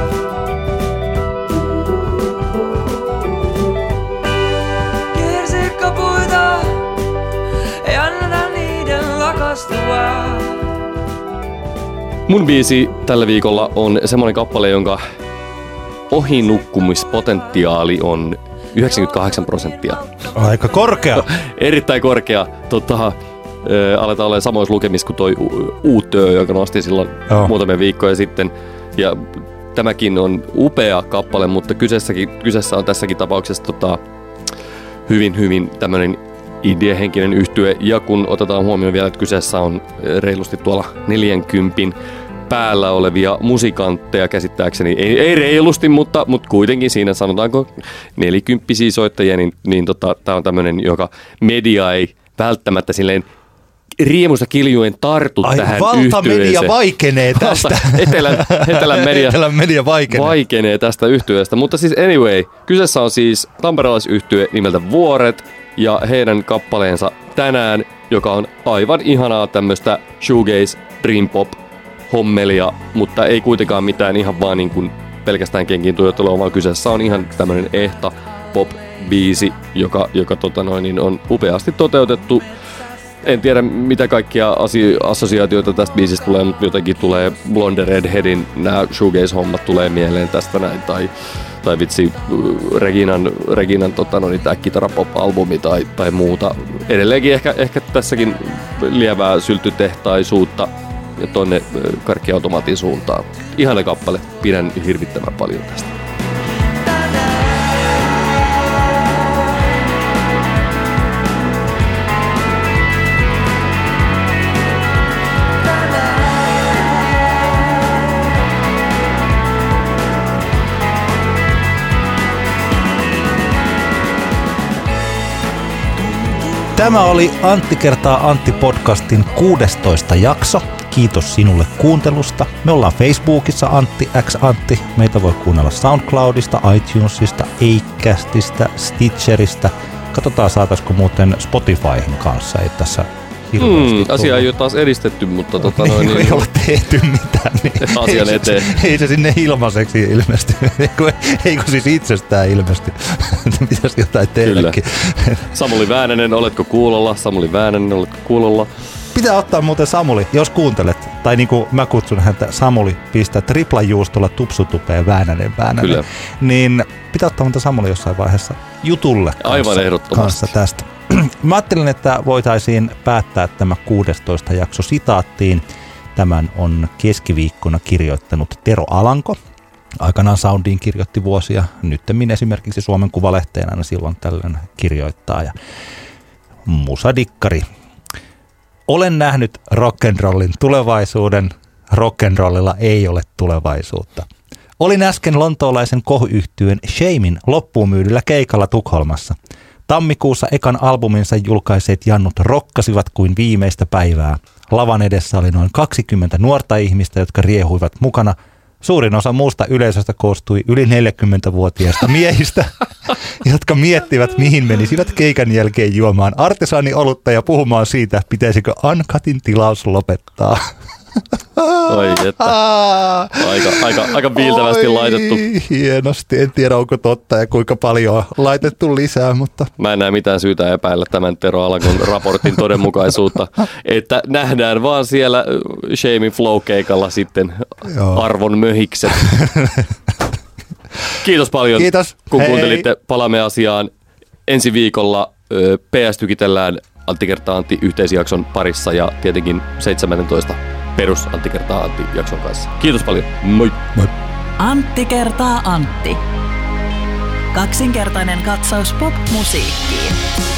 Kirsikkapuita ei anneta niiden lakastua. Mun biisi tällä viikolla on semmoinen kappale, jonka ohinukkumispotentiaali on yhdeksänkymmentäkahdeksan prosenttia. Aika korkea. Erittäin korkea. Tota, ä, aletaan olemaan samoissa lukemissa kuin toi Uutö, joka nosti silloin oh. muutamia viikkoja sitten. Ja tämäkin on upea kappale, mutta kyseessä on tässäkin tapauksessa tota, hyvin, hyvin tämmöinen indie-henkinen yhtye. Ja kun otetaan huomioon vielä, että kyseessä on reilusti tuolla neljänkympin päällä olevia musikantteja käsittääkseni. Ei, ei reilusti, mutta, mutta kuitenkin siinä sanotaanko nelikymppisiä soittajia, niin, niin tota, tämä on tämmöinen, joka media ei välttämättä silleen riemusta kiljuen tartu Ai, tähän valtamedia yhtyeeseen. Media vaikenee tästä. Etelän, etelän media, etelän media vaikenee. vaikenee tästä yhtyeestä. Mutta siis anyway, kyseessä on siis tamperelaisyhtye nimeltä Vuoret ja heidän kappaleensa Tänään, joka on aivan ihanaa tämmöistä shoegaze, dream pop, hommelia, mutta ei kuitenkaan mitään ihan vaan niin kuin pelkästään kenkiin tuijottelua, vaan kyseessä on ihan tämmöinen ehta pop-biisi, joka, joka tota noin, niin on upeasti toteutettu. En tiedä mitä kaikkia asio- assosiaatioita tästä biisistä tulee, mutta jotenkin tulee Blonde Redheadin nämä shoegaze-hommat tulee mieleen tästä näin, tai, tai vitsi Reginan, Reginan tota noin, tämä kitarapop-albumi tai, tai muuta. Edelleenkin ehkä, ehkä tässäkin lievää syltytehtaisuutta ja tonne karkkiautomaatin suuntaan. Ihana kappale, pidän hirvittävän paljon tästä. Tänään, Tämä oli Antti kertaa Antti podcastin kuudestoista jakso. Kiitos sinulle kuuntelusta. Me ollaan Facebookissa Antti x Antti. Meitä voi kuunnella SoundCloudista, iTunesista, Acastista, Stitcheristä. Katsotaan saataisiko muuten Spotifyhin kanssa. Ei tässä Hmm, asia ei ole taas edistetty, mutta tota niin, noin, ei niin, ole tehty mitään. Niin asian ei, eteen. Se, ei se sinne ilmaiseksi ilmesty. Eikö, eikö siis itsestään ilmesty? Pitäisi jotain teillekin. Samuli Väänänen, oletko kuulolla? Samuli Väänänen, oletko kuulolla? Pitää ottaa muuten Samuli, jos kuuntelet, tai niin kuin mä kutsun häntä Samuli, pistää triplajuustolla tupsutupeen Väänänen Väänänen. Kyllä. Niin pitää ottaa muuten Samuli jossain vaiheessa jutulle kanssa, Aivan ehdottomasti. Kanssa tästä. Mä ajattelin, että voitaisiin päättää tämä kuudestoista jakso sitaattiin. Tämän on keskiviikkona kirjoittanut Tero Alanko. Aikanaan Soundiin kirjoitti vuosia. Nyttemmin esimerkiksi Suomen Kuvalehteen aina silloin tällöin kirjoittaa. Ja musadikkari. Olen nähnyt rock'n'rollin tulevaisuuden. Rock'n'rollilla ei ole tulevaisuutta. Olin äsken lontoolaisen kohuyhtyön Shamein loppuun myydyllä keikalla Tukholmassa. Tammikuussa ekan albuminsa julkaiseet jannut rokkasivat kuin viimeistä päivää. Lavan edessä oli noin kaksikymmentä nuorta ihmistä, jotka riehuivat mukana. Suurin osa muusta yleisöstä koostui yli neljäkymmentävuotiaista miehistä, jotka miettivät, mihin menisivät keikan jälkeen juomaan artesaaniolutta ja puhumaan siitä, pitäisikö Uncutin tilaus lopettaa. Oi, että. Aika, aika, aika viiltävästi Oi, laitettu. Hienosti. En tiedä, onko totta ja kuinka paljon on laitettu lisää, mutta... Mä en näe mitään syytä epäillä tämän Tero Alankon raportin todenmukaisuutta. Että nähdään vaan siellä Shamein Flow-keikalla sitten Joo. arvon möhikset. Kiitos paljon, Kiitos. kun Hei. kuuntelitte. Palaamme asiaan ensi viikolla. P S tykitellään Antti kertaa Antti yhteisjakson parissa ja tietenkin seitsemäntoista perus Antti kertaa Antti jakson kanssa. Kiitos paljon. Moi. Moi. Antti kertaa Antti. Kaksinkertainen katsaus pop-musiikkiin.